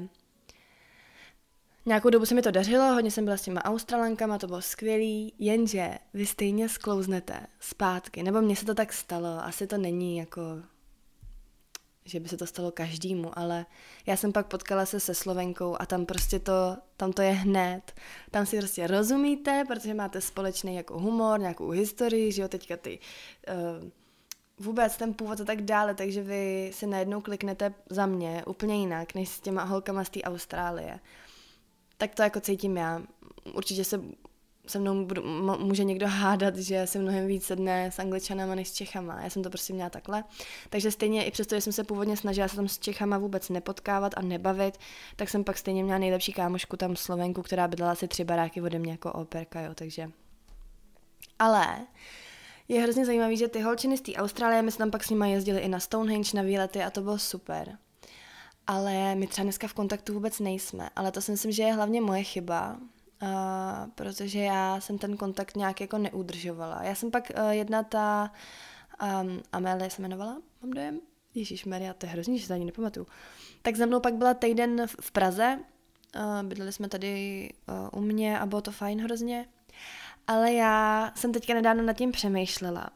nějakou dobu se mi to dařilo, hodně jsem byla s těma Australankama, to bylo skvělý, jenže vy stejně sklouznete zpátky, nebo mně se to tak stalo, asi to není jako, že by se to stalo každému, ale já jsem pak potkala se Slovenkou a tam prostě tam to je hned, tam si prostě rozumíte, protože máte společný jako humor, nějakou historii, že jo, teďka vůbec ten původ a tak dále, takže vy si najednou kliknete za mě úplně jinak, než s těma holkama z té Austrálie. Tak to jako cítím já. Určitě se se mnou může někdo hádat, že se mnohem víc sedne s Angličanama než s Čechama. Já jsem to prostě měla takhle. Takže stejně i přesto, že jsem se původně snažila se tam s Čechama vůbec nepotkávat a nebavit, tak jsem pak stejně měla nejlepší kámošku tam Slovenku, která bydlela asi 3 baráky ode mě jako operka, jo, takže. Ale je hrozně zajímavý, že ty holčiny z té Austrálie, my jsme tam pak s nimi jezdili i na Stonehenge, na výlety a to bylo super. Ale my třeba dneska v kontaktu vůbec nejsme, ale to si myslím, že je hlavně moje chyba, protože já jsem ten kontakt nějak jako neudržovala. Já jsem pak jedna ta Amélie se jmenovala, mám dojem? Ježišmarja, to je hrozný, že se ani nepamatuju. Tak za mnou pak byla týden v Praze, bydleli jsme tady u mě a bylo to fajn hrozně, ale já jsem teďka nedávno nad tím přemýšlela.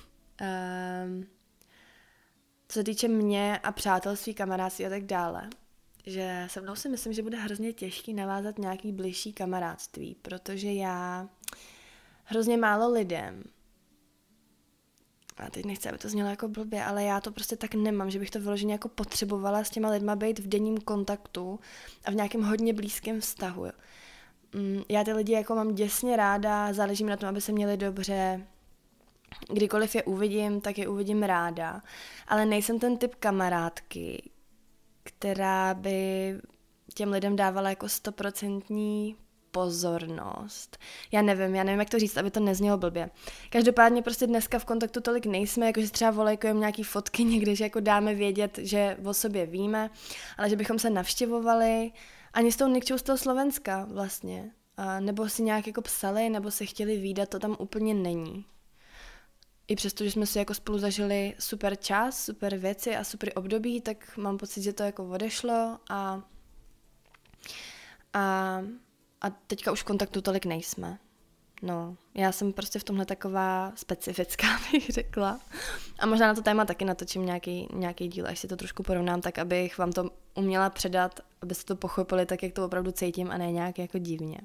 Co se týče mě a přátelství, kamarádství a tak dále, že se mnou si myslím, že bude hrozně těžký navázat nějaký bližší kamarádství, protože já hrozně málo lidem, a teď nechci, aby to znělo jako blbě, ale já to prostě tak nemám, že bych to vyloženě jako potřebovala s těma lidma být v denním kontaktu a v nějakém hodně blízkém vztahu. Já ty lidi jako mám děsně ráda, záleží mi na tom, aby se měli dobře, kdykoliv je uvidím, tak je uvidím ráda, ale nejsem ten typ kamarádky, která by těm lidem dávala jako 100% pozornost. Já nevím, jak to říct, aby to neznělo blbě. Každopádně prostě dneska v kontaktu tolik nejsme, jakože třeba volejkujeme nějaký fotky někde, že jako dáme vědět, že o sobě víme, ale že bychom se navštěvovali, ani s tou Nikčou z toho Slovenska vlastně, nebo si nějak jako psali, nebo se chtěli vídat, to tam úplně není. I přesto, že jsme si jako spolu zažili super čas, super věci a super období, tak mám pocit, že to jako odešlo a teďka už v kontaktu tolik nejsme. No, já jsem prostě v tomhle taková specifická, bych řekla. A možná na to téma taky natočím nějaký díl, až si to trošku porovnám, tak abych vám to uměla předat, abyste to pochopili tak, jak to opravdu cítím a ne nějak jako divně.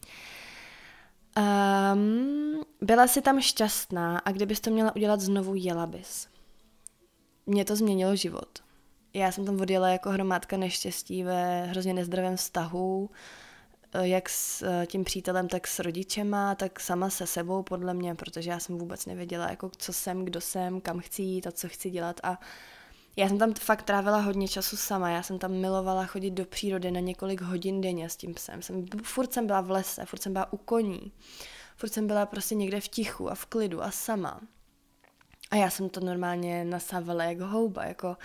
Byla jsi tam šťastná a kdybys to měla udělat znovu, jela bys. Mě to změnilo život. Já jsem tam odjela jako hromádka neštěstí ve hrozně nezdravém vztahu, jak s tím přítelem, tak s rodičema, tak sama se sebou podle mě, protože já jsem vůbec nevěděla, jako co jsem, kdo jsem, kam chci jít a co chci dělat a já jsem tam fakt trávila hodně času sama, já jsem tam milovala chodit do přírody na několik hodin denně s tím psem. Furt jsem byla v lese, furt jsem byla u koní, furt jsem byla prostě někde v tichu a v klidu a sama. A já jsem to normálně nasávala jako houba, jako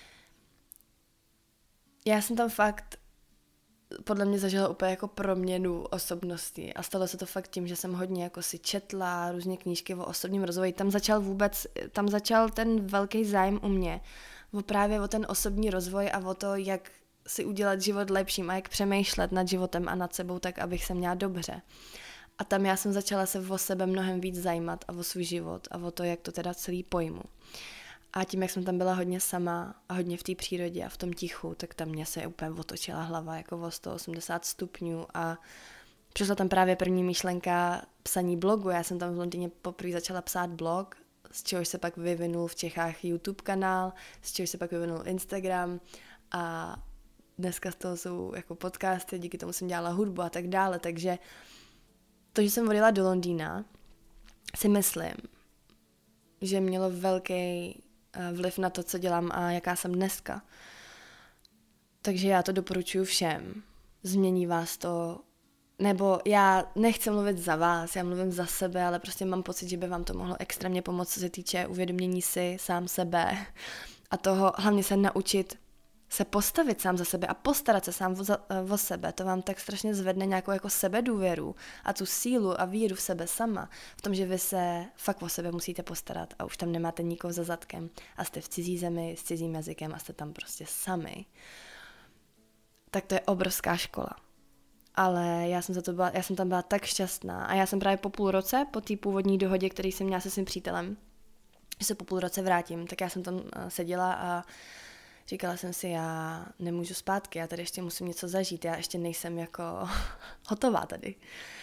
já jsem tam fakt podle mě zažila úplně jako proměnu osobnosti a stalo se to fakt tím, že jsem hodně jako si četla různě knížky o osobním rozvoji. Tam začal ten velký zájem u mě právě o ten osobní rozvoj a o to, jak si udělat život lepším a jak přemýšlet nad životem a nad sebou tak, abych se měla dobře. A tam já jsem začala se o sebe mnohem víc zajímat a o svůj život a o to, jak to teda celý pojmu. A tím, jak jsem tam byla hodně sama a hodně v té přírodě a v tom tichu, tak tam mě se úplně otočila hlava jako o 180 stupňů a přišla tam právě první myšlenka psaní blogu. Já jsem tam v Londýně poprvé začala psát blog, z čehož se pak vyvinul v Čechách YouTube kanál, z čehož se pak vyvinul Instagram a dneska z toho jsou jako podcasty, díky tomu jsem dělala hudbu a tak dále, takže to, že jsem odjela do Londýna, si myslím, že mělo velký vliv na to, co dělám a jaká jsem dneska. Takže já to doporučuji všem. Změní vás to, nebo já nechci mluvit za vás, já mluvím za sebe, ale prostě mám pocit, že by vám to mohlo extrémně pomoct, co se týče uvědomění si sám sebe a toho hlavně se naučit se postavit sám za sebe a postarat se sám o sebe. To vám tak strašně zvedne nějakou jako sebedůvěru a tu sílu a víru v sebe sama, v tom, že vy se fakt o sebe musíte postarat a už tam nemáte nikoho za zadkem a jste v cizí zemi s cizím jazykem a jste tam prostě sami. Tak to je obrovská škola. Ale já jsem tam byla tak šťastná a já jsem právě po půl roce, po té původní dohodě, který jsem měla se svým přítelem, že se po půl roce vrátím, tak já jsem tam seděla a říkala jsem si, já nemůžu zpátky, já tady ještě musím něco zažít, já ještě nejsem jako hotová tady.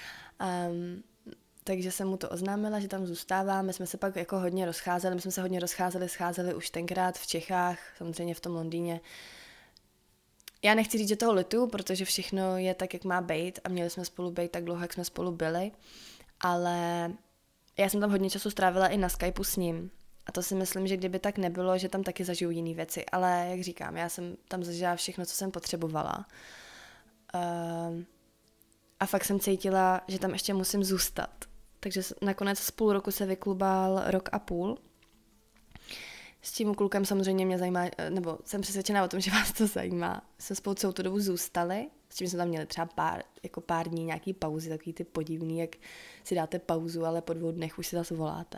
Takže jsem mu to oznámila, že tam zůstávám, my jsme se pak jako hodně rozcházeli, scházeli už tenkrát v Čechách, samozřejmě v tom Londýně. Já nechci říct, že toho lituju, protože všechno je tak, jak má být a měli jsme spolu být tak dlouho, jak jsme spolu byli, ale já jsem tam hodně času strávila i na Skypeu s ním. A to si myslím, že kdyby tak nebylo, že tam taky zažiju jiné věci. Ale jak říkám, já jsem tam zažila všechno, co jsem potřebovala. A fakt jsem cítila, že tam ještě musím zůstat. Takže nakonec z půl roku se vyklubal rok a půl. S tím klukem samozřejmě mě zajímá, nebo jsem přesvědčená o tom, že vás to zajímá. Jsme spolu celou tu dobu zůstali, s tím jsme tam měli třeba pár dní nějaký pauzy, takový ty podivný, jak si dáte pauzu, ale po 2 dnech už si zase voláte.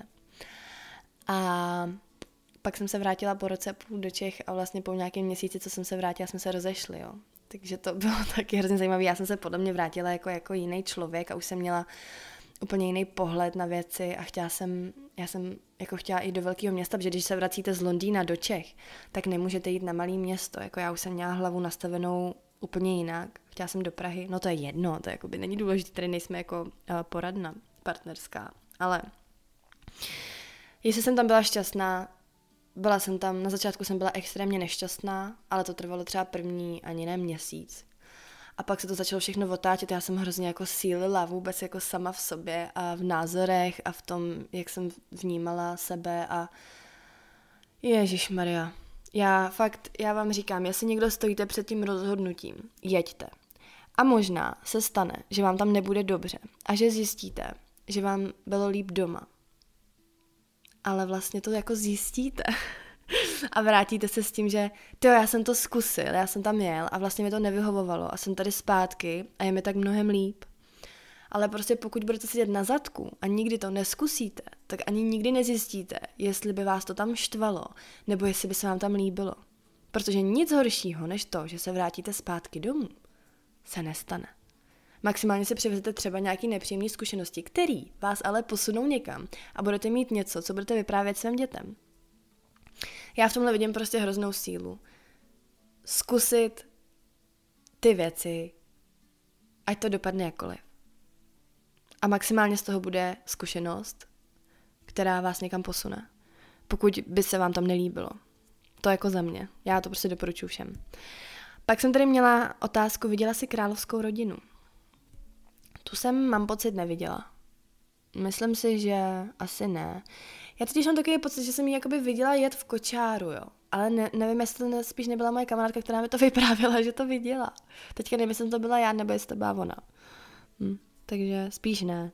A pak jsem se vrátila po roce a půl do Čech a vlastně po nějakém měsíci, co jsem se vrátila, jsme se rozešli, jo. Takže to bylo taky hrozně zajímavé. Já jsem se podle mě vrátila jako jiný člověk a už jsem měla úplně jiný pohled na věci a já jsem jako chtěla jít do velkého města, protože když se vracíte z Londýna do Čech, tak nemůžete jít na malé město. Jako já už jsem měla hlavu nastavenou úplně jinak. Chtěla jsem do Prahy, no to je jedno, to jakoby není důležité, tady nejsme jako poradna partnerská, ale jestli jsem tam byla šťastná, byla jsem tam, na začátku jsem byla extrémně nešťastná, ale to trvalo třeba první ani ne měsíc. A pak se to začalo všechno otáčet, já jsem hrozně jako sílila vůbec jako sama v sobě a v názorech a v tom, jak jsem vnímala sebe a Ježišmarja. Já vám říkám, jestli někdo stojíte před tím rozhodnutím, jeďte. A možná se stane, že vám tam nebude dobře a že zjistíte, že vám bylo líp doma. Ale vlastně to jako zjistíte a vrátíte se s tím, že já jsem to zkusil, já jsem tam jel a vlastně mi to nevyhovovalo a jsem tady zpátky a je mi tak mnohem líp. Ale prostě pokud budete sedět na zadku a nikdy to neskusíte, tak ani nikdy nezjistíte, jestli by vás to tam štvalo, nebo jestli by se vám tam líbilo. Protože nic horšího, než to, že se vrátíte zpátky domů, se nestane. Maximálně si přivezete třeba nějaký nepříjemné zkušenosti, který vás ale posunou někam a budete mít něco, co budete vyprávět svým dětem. Já v tomhle vidím prostě hroznou sílu. Zkusit ty věci, ať to dopadne jakkoliv. A maximálně z toho bude zkušenost, která vás někam posune. Pokud by se vám tam nelíbilo. To jako za mě. Já to prostě doporučuji všem. Pak jsem tady měla otázku, viděla jsi Královskou rodinu? Tu jsem, mám pocit, neviděla. Myslím si, že asi ne. Já totiž mám takový pocit, že jsem ji jakoby viděla jet v kočáru, jo. Ale nevím, jestli to spíš nebyla moje kamarádka, která mi to vyprávěla, že to viděla. Teďka nevím, jestli to byla já, nebo jestli to byla ona. Takže spíš ne.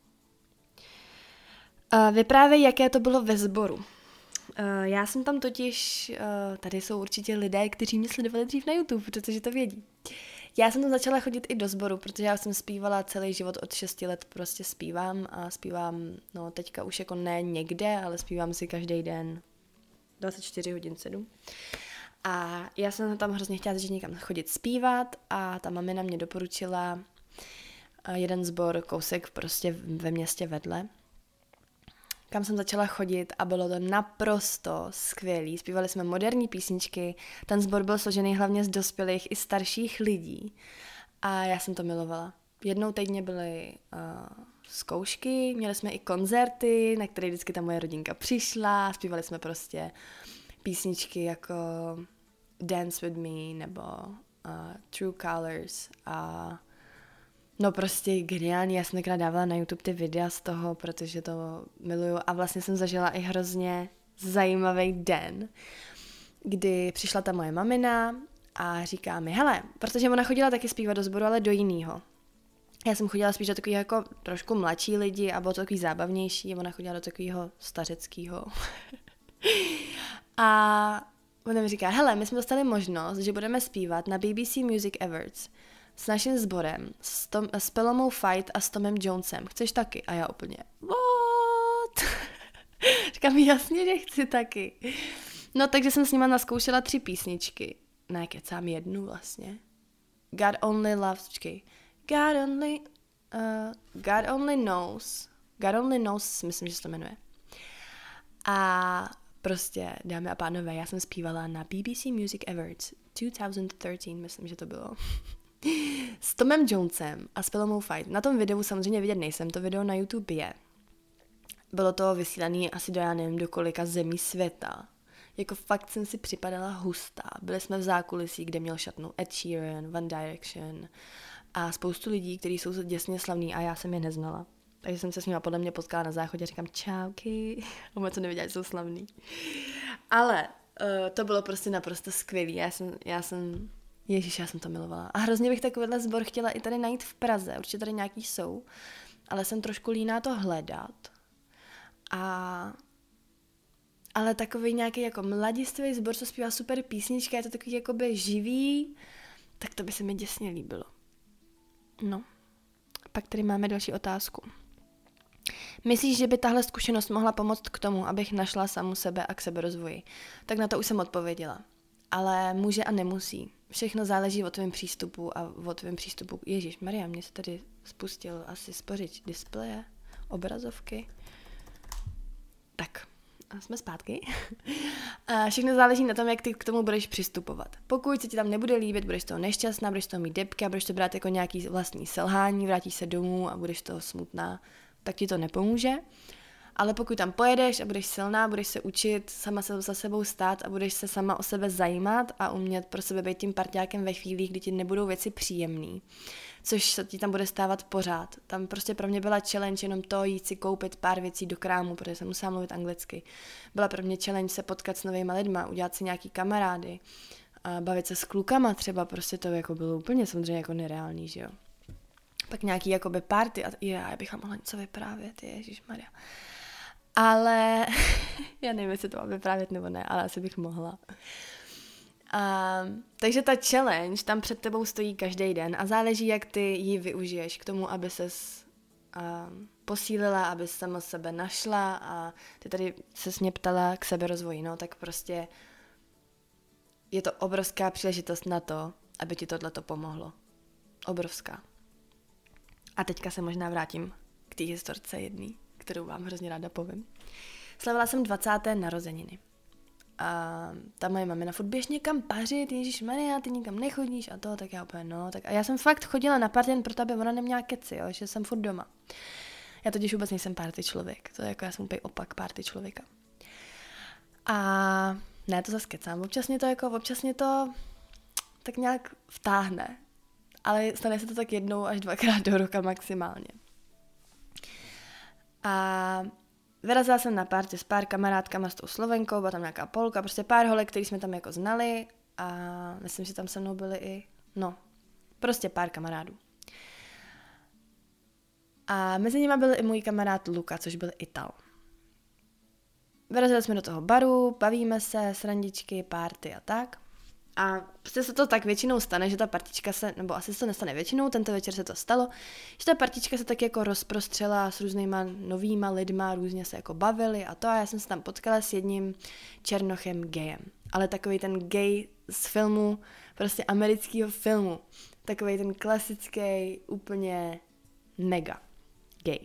Vyprávěj, jaké to bylo ve sboru. Já jsem tam totiž, tady jsou určitě lidé, kteří mě sledovali dřív na YouTube, protože to vědí. Já jsem tam začala chodit i do sboru, protože já jsem zpívala celý život od 6 let, prostě zpívám a zpívám, no teďka už jako ne někde, ale zpívám si každý den 24 hodin 7. A já jsem tam hrozně chtěla začít někam chodit zpívat a ta mamina mě doporučila jeden sbor, kousek prostě ve městě vedle, kam jsem začala chodit a bylo to naprosto skvělý. Zpívali jsme moderní písničky, ten sbor byl složený hlavně z dospělých i starších lidí a já jsem to milovala. Jednou týdně byly zkoušky, měli jsme i koncerty, na které vždycky ta moje rodinka přišla, zpívali jsme prostě písničky jako Dance With Me nebo True Colors a no prostě geniální, já jsem takrát dávala na YouTube ty videa z toho, protože to miluju a vlastně jsem zažila i hrozně zajímavý den, kdy přišla ta moje mamina a říká mi, hele, protože ona chodila taky zpívat do sboru, ale do jinýho. Já jsem chodila spíš do takového jako trošku mladší lidi a bylo to takový zábavnější, ona chodila do takového stařeckého. A ona mi říká, hele, my jsme dostali možnost, že budeme zpívat na BBC Music Awards s naším sborem, s Pelomou Fight a s Tomem Jonesem. Chceš taky? A já úplně, what? Říkám, jasně, že chci taky. No, takže jsem s nima naskoušela 3 písničky. Ne, kecám jednu vlastně. God Only Loves, God Only Knows, myslím, že se to jmenuje. A prostě, dámy a pánové, já jsem zpívala na BBC Music Awards 2013, myslím, že to bylo. S Tomem Jonesem a s Pelomou Fight. Na tom videu samozřejmě vidět nejsem, to video na YouTube je. Bylo to vysílané asi do, já nevím, do kolika zemí světa. Jako fakt jsem si připadala hustá. Byli jsme v zákulisí, kde měl šatnu Ed Sheeran, One Direction a spoustu lidí, kteří jsou děsně slavní a já jsem je neznala. Takže jsem se s nima podle mě potkala na záchodě a říkám čauky. Vůbec to nevěděla, že jsou slavný. Ale to bylo prostě naprosto skvělý. Já jsem to milovala. A hrozně bych takovýhle sbor chtěla i tady najít v Praze. Určitě tady nějaký jsou. Ale jsem trošku líná to hledat. Ale takový nějaký jako mladistvý sbor, co zpívá super písnička, je to takový jakoby živý, tak to by se mi děsně líbilo. No. Pak tady máme další otázku. Myslíš, že by tahle zkušenost mohla pomoct k tomu, abych našla samu sebe a k seberozvoji? Tak na to už jsem odpověděla. Ale může a nemusí. Všechno záleží o tvém přístupu a o tvém přístupu. Ježíš Maria, mě se tady spustil asi spořič displeje, obrazovky. Tak, jsme zpátky. A všechno záleží na tom, jak ty k tomu budeš přistupovat. Pokud se ti tam nebude líbit, budeš toho nešťastná, budeš toho mít depky a budeš to brát jako nějaký vlastní selhání, vrátíš se domů a budeš toho smutná, tak ti to nepomůže. Ale pokud tam pojedeš a budeš silná, budeš se učit sama se za sebou stát a budeš se sama o sebe zajímat a umět pro sebe být tím parťákem ve chvílích, kdy ti nebudou věci příjemný, což se ti tam bude stávat pořád. Tam prostě pro mě byla challenge jenom to jít si koupit pár věcí do krámu, protože jsem musela mluvit anglicky. Byla pro mě challenge se potkat s novýma lidma, udělat si nějaký kamarády, a bavit se s klukama třeba, prostě to jako bylo úplně samozřejmě jako nereálný, že jo. Pak nějaký jakoby party a já bych mohla něco vyprávět, ježišmarja. Ale já nevím, jestli to mám vyprávět nebo ne, ale asi bych mohla. Takže ta challenge tam před tebou stojí každý den a záleží, jak ty ji využiješ k tomu, aby ses posílila, aby sama sebe našla a ty tady ses mě ptala k seberozvoji, no tak prostě je to obrovská příležitost na to, aby ti tohleto pomohlo. Obrovská. A teďka se možná vrátím k té historce jedný, kterou vám hrozně ráda povím. Slavila jsem 20. narozeniny. A ta moje mamina furt běž někam pařit, ježišmarja, ty nikam nechodíš a to, tak já úplně no. Tak a já jsem fakt chodila na party jen proto, aby ona neměla keci, jo, že jsem furt doma. Já totiž vůbec nejsem party člověk, to je jako já jsem úplně opak party člověka. A ne, to zase kecám, občas mě to tak nějak vtáhne, ale stane se to tak 1 až 2krát do roka maximálně. A vyrazila jsem na party s pár kamarádkama, s tou Slovenkou, byla tam nějaká Polka, prostě pár holek, který jsme tam jako znali a myslím, že tam se mnou byli prostě pár kamarádů. A mezi nimi byl i můj kamarád Luka, což byl Ital. Vyrazili jsme do toho baru, bavíme se, srandičky, party a tak. A prostě se to tak většinou stane, že ta partička se, nebo asi se to nestane většinou, tento večer se to stalo, že ta partička se tak jako rozprostřela s různýma novýma lidma, různě se jako bavili a to a já jsem se tam potkala s jedním černochem gayem. Ale takový ten gay z filmu, prostě amerického filmu. Takový ten klasický, úplně mega gay.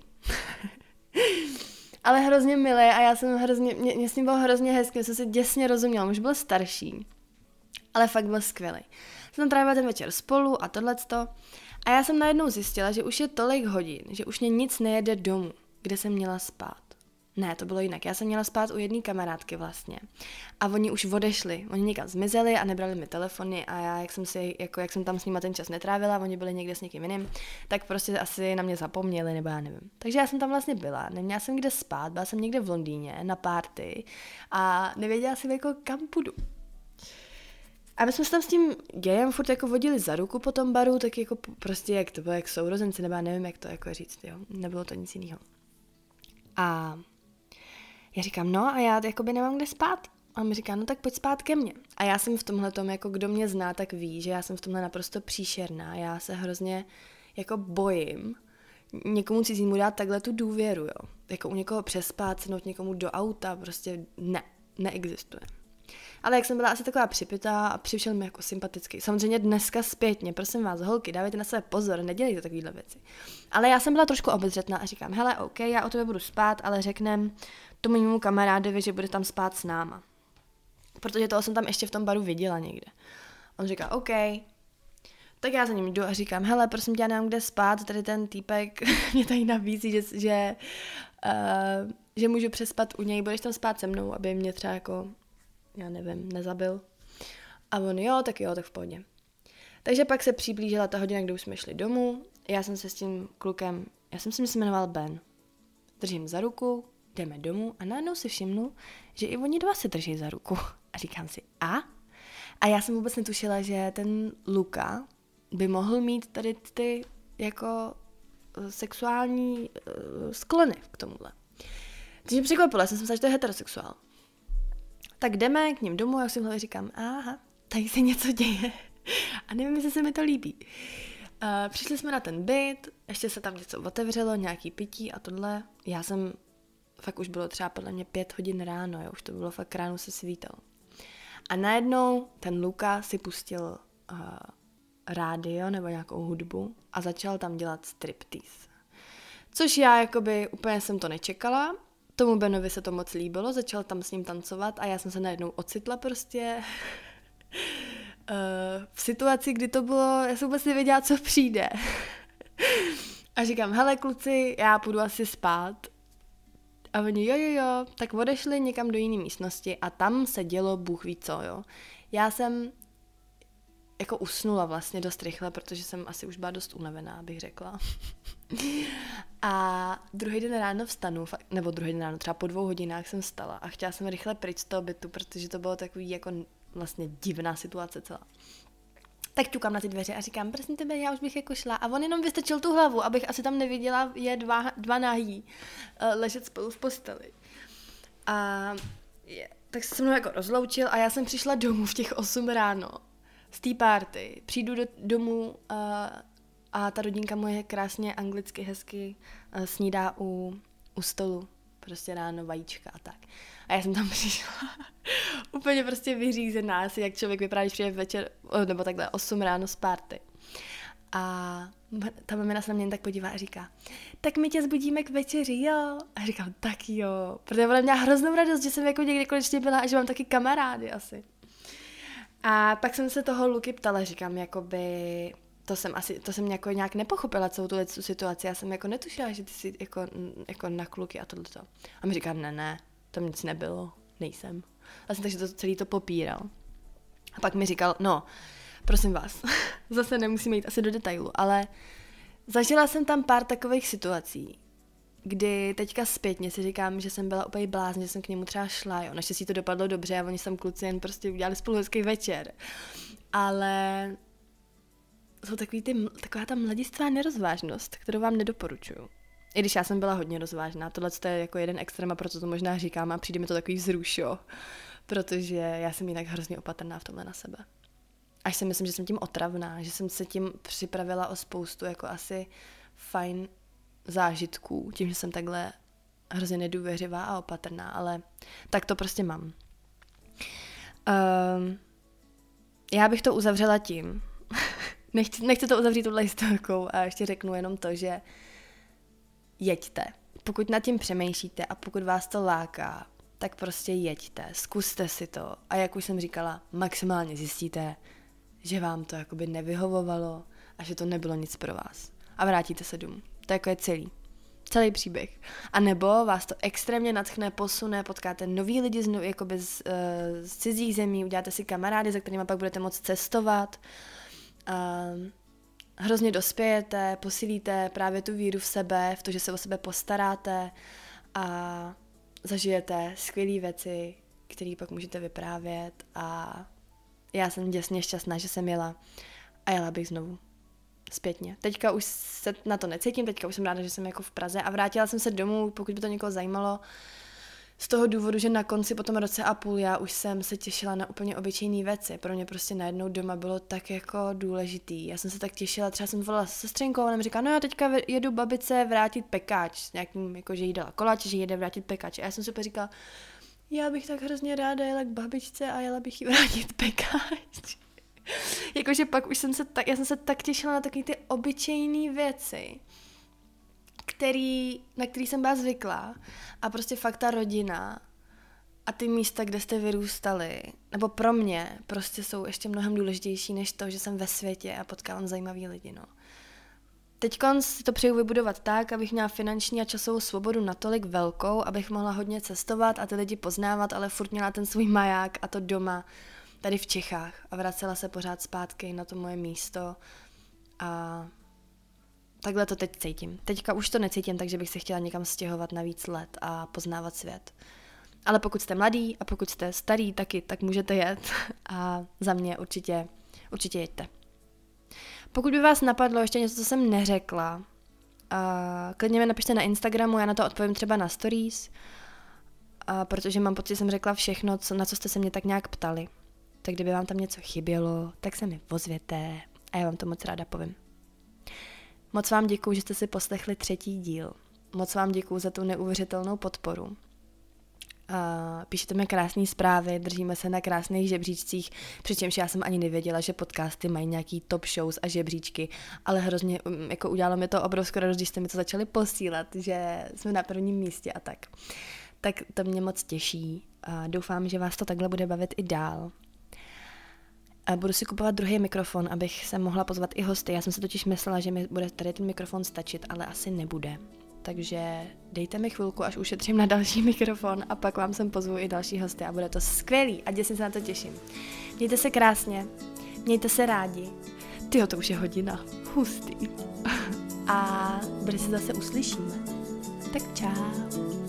Ale hrozně milý a já jsem mě s ním bylo hrozně hezky, jsem si děsně rozuměla, už byl starší. Ale fakt byl skvělý. Jsem trávila ten večer spolu a tohleto. A já jsem najednou zjistila, že už je tolik hodin, že už mě nic nejede domů, kde jsem měla spát. Ne, to bylo jinak. Já jsem měla spát u jedné kamarádky vlastně. A oni už odešli. Oni někam zmizeli a nebrali mi telefony a já, jak jsem tam s nima ten čas netrávila, oni byli někde s někým jiným, tak prostě asi na mě zapomněli, nebo já nevím. Takže já jsem tam vlastně byla, neměla jsem kde spát, byla jsem někde v Londýně na party a nevěděla jsem jako kam půjdu. A my jsme se tam s tím gejem furt jako vodili za ruku po tom baru, tak jako prostě jak to bylo, jak sourozenci, nebo já nevím, jak to jako říct, jo. Nebylo to nic jiného. A já říkám, no a já jakoby nemám kde spát. A on mi říká, no tak pojď spát ke mně. A já jsem v tomhletom, jako kdo mě zná, tak ví, že já jsem v tomhle naprosto příšerná. Já se hrozně jako bojím někomu cizímu dát takhle tu důvěru, jo. Jako u někoho přespát, sednout někomu do auta, prostě neexistuje. Ale jak jsem byla asi taková připitá a přišel mi jako sympatický. Samozřejmě dneska zpětně, prosím vás, holky, dávejte na sebe pozor, nedělejte takovýhle věci. Ale já jsem byla trošku obezřetná a říkám, hele, OK, já o tebe budu spát, ale řeknem tomu mému kamarádovi, že bude tam spát s náma. Protože toho jsem tam ještě v tom baru viděla někde. On říká, OK, tak já za ním jdu a říkám, hele, prosím tě, já nemám kde spát, tady ten týpek mě tady nabízí, že můžu přespat u něj, budeš tam spát se mnou, aby mě třeba jako já nevím, nezabil. A on tak v pohodě. Takže pak se přiblížila ta hodina, kdy už jsme šli domů. Já jsem se s tím klukem Já jsem si jmenoval Ben. Držím za ruku, jdeme domů a najednou si všimnu, že i oni dva se drží za ruku. A říkám si, a? A já jsem vůbec netušila, že ten Luka by mohl mít tady ty jako sexuální sklony k tomuhle. Takže mě překvapilo, já jsem si myslela, že to je heterosexuál. Tak jdeme k ním domů, já si v hlavě říkám, aha, tady se něco děje. A nevím, jestli se mi to líbí. Přišli jsme na ten byt, ještě se tam něco otevřelo, nějaký pití a tohle. Já jsem, fakt už bylo třeba podle mě 5 hodin ráno, jo, už to bylo fakt ráno se svítalo. A najednou ten Luka si pustil rádio nebo nějakou hudbu a začal tam dělat striptease. Což já jakoby úplně jsem to nečekala. Tomu Benovi se to moc líbilo, začal tam s ním tancovat a já jsem se najednou ocitla prostě v situaci, kdy to bylo, já jsem vůbec nevěděla, co přijde. A říkám, hele kluci, já půjdu asi spát. A oni jo, tak odešli někam do jiné místnosti a tam se dělo bůh ví co, jo. Já jsem jako usnula vlastně dost rychle, protože jsem asi už byla dost unavená, bych řekla. A druhý den ráno vstanu, nebo druhý den ráno, třeba po 2 hodinách jsem vstala a chtěla jsem rychle pryč z toho bytu, protože to bylo takový jako vlastně divná situace celá. Tak ťukám na ty dveře a říkám, prosím tebe, já už bych jako šla. A on jenom vystrčil tu hlavu, abych asi tam neviděla je dva nahý ležet spolu v posteli. A tak se mnou jako rozloučil a já jsem přišla domů v těch 8 ráno z té party. Přijdu domů a ta rodinka moje krásně anglicky hezky snídá u stolu. Prostě ráno vajíčka a tak. A já jsem tam přišla úplně prostě vyřízená, asi jak člověk vypadá, když přijde večer, nebo takhle 8 ráno z party. A ta mamina se na mě tak podívá a říká, tak my tě zbudíme k večeři, jo? A říkám, tak jo, protože ona měla hroznou radost, že jsem jako někdy konečně byla a že mám taky kamarády asi. A pak jsem se toho Luky ptala, říkám, jakoby, to jsem nějak nepochopila celou tu situaci, já jsem jako netušila, že ty jsi jako na kluky a tohleto. A mi říká, ne, tam nic nebylo, nejsem. Vlastně takže to celý to popíral. A pak mi říkal, no, prosím vás, zase nemusíme jít asi do detailu, ale zažila jsem tam pár takových situací, kdy teďka zpětně si říkám, že jsem byla úplně blázně, že jsem k němu třeba šla, jo, naštěstí to dopadlo dobře a oni tam kluci jen prostě udělali spolu hezký večer. Ale jsou taková ta mladistvá nerozvážnost, kterou vám nedoporučuju. I když já jsem byla hodně rozvážná, tohle je jako jeden extrém a proto to možná říkám a přijde mi to takový vzrušo, protože já jsem jinak hrozně opatrná v tomhle na sebe. Až si myslím, že jsem tím otravná, že jsem se tím připravila o spoustu jako asi fajn zážitků, tím, že jsem takhle hrozně nedůvěřivá a opatrná, ale tak to prostě mám. Já bych to uzavřela tím. Nechci to uzavřít touhle historkou a ještě řeknu jenom to, že jeďte. Pokud nad tím přemýšlíte a pokud vás to láká, tak prostě jeďte, zkuste si to a jak už jsem říkala, maximálně zjistíte, že vám to jakoby nevyhovovalo a že to nebylo nic pro vás. A vrátíte se domů. To jako je celý příběh. A nebo vás to extrémně nadchne, posune, potkáte nový lidi z cizích zemí, uděláte si kamarády, za kterými pak budete moct cestovat. Hrozně dospějete, posílíte právě tu víru v sebe, v to, že se o sebe postaráte a zažijete skvělé věci, které pak můžete vyprávět a já jsem děsně šťastná, že jsem jela a jela bych znovu. Zpětně. Teďka už se na to necítím, teďka už jsem ráda, že jsem jako v Praze a vrátila jsem se domů, pokud by to někoho zajímalo, z toho důvodu, že na konci po tom roce a půl já už jsem se těšila na úplně obyčejné věci. Pro mě prostě najednou doma bylo tak jako důležitý. Já jsem se tak těšila, třeba jsem volala s sestřenkou a ona mi říkala, no já teďka jedu babice vrátit pekáč, s nějakým, jako že jí dala koláč, že jede vrátit pekáč. A já jsem si úplně říkala, já bych tak hrozně ráda jela k babičce a jela bych jí vrátit pekáč. Jakože pak už já jsem se tak těšila na takové ty obyčejné věci, na který jsem byla zvyklá a prostě fakt ta rodina a ty místa, kde jste vyrůstali, nebo pro mě prostě jsou ještě mnohem důležitější než to, že jsem ve světě a potkávám zajímavý lidi, no. Teďkon si to přeju vybudovat tak, abych měla finanční a časovou svobodu natolik velkou, abych mohla hodně cestovat a ty lidi poznávat, ale furt měla ten svůj maják a to doma, tady v Čechách a vracela se pořád zpátky na to moje místo a takhle to teď cítím. Teďka už to necítím, takže bych se chtěla někam stěhovat na víc let a poznávat svět. Ale pokud jste mladý a pokud jste starý taky, tak můžete jet a za mě určitě jeďte. Pokud by vás napadlo ještě něco, co jsem neřekla, klidně mi napište na Instagramu, já na to odpovím třeba na stories, protože mám pocit, že jsem řekla všechno, na co jste se mě tak nějak ptali. Tak kdyby vám tam něco chybělo, tak se mi ozvěte a já vám to moc ráda povím. Moc vám děkuju, že jste si poslechli 3. díl. Moc vám děkuju za tu neuvěřitelnou podporu. Píšete mi krásné zprávy, držíme se na krásných žebříčcích, přičemž já jsem ani nevěděla, že podcasty mají nějaký top shows a žebříčky, ale hrozně jako udělalo mi to obrovskou radost, když jste mi to začali posílat, že jsme na prvním místě a tak. Tak to mě moc těší a doufám, že vás to takhle bude bavit i dál. A budu si kupovat druhý mikrofon, abych se mohla pozvat i hosty. Já jsem si totiž myslela, že mi bude tady ten mikrofon stačit, ale asi nebude. Takže dejte mi chvilku, až ušetřím na další mikrofon a pak vám sem pozvu i další hosty a bude to skvělý a děsně se na to těším. Mějte se krásně, mějte se rádi. Tyjo, to už je hodina. Hustý. A brzy se zase uslyšíme. Tak čau.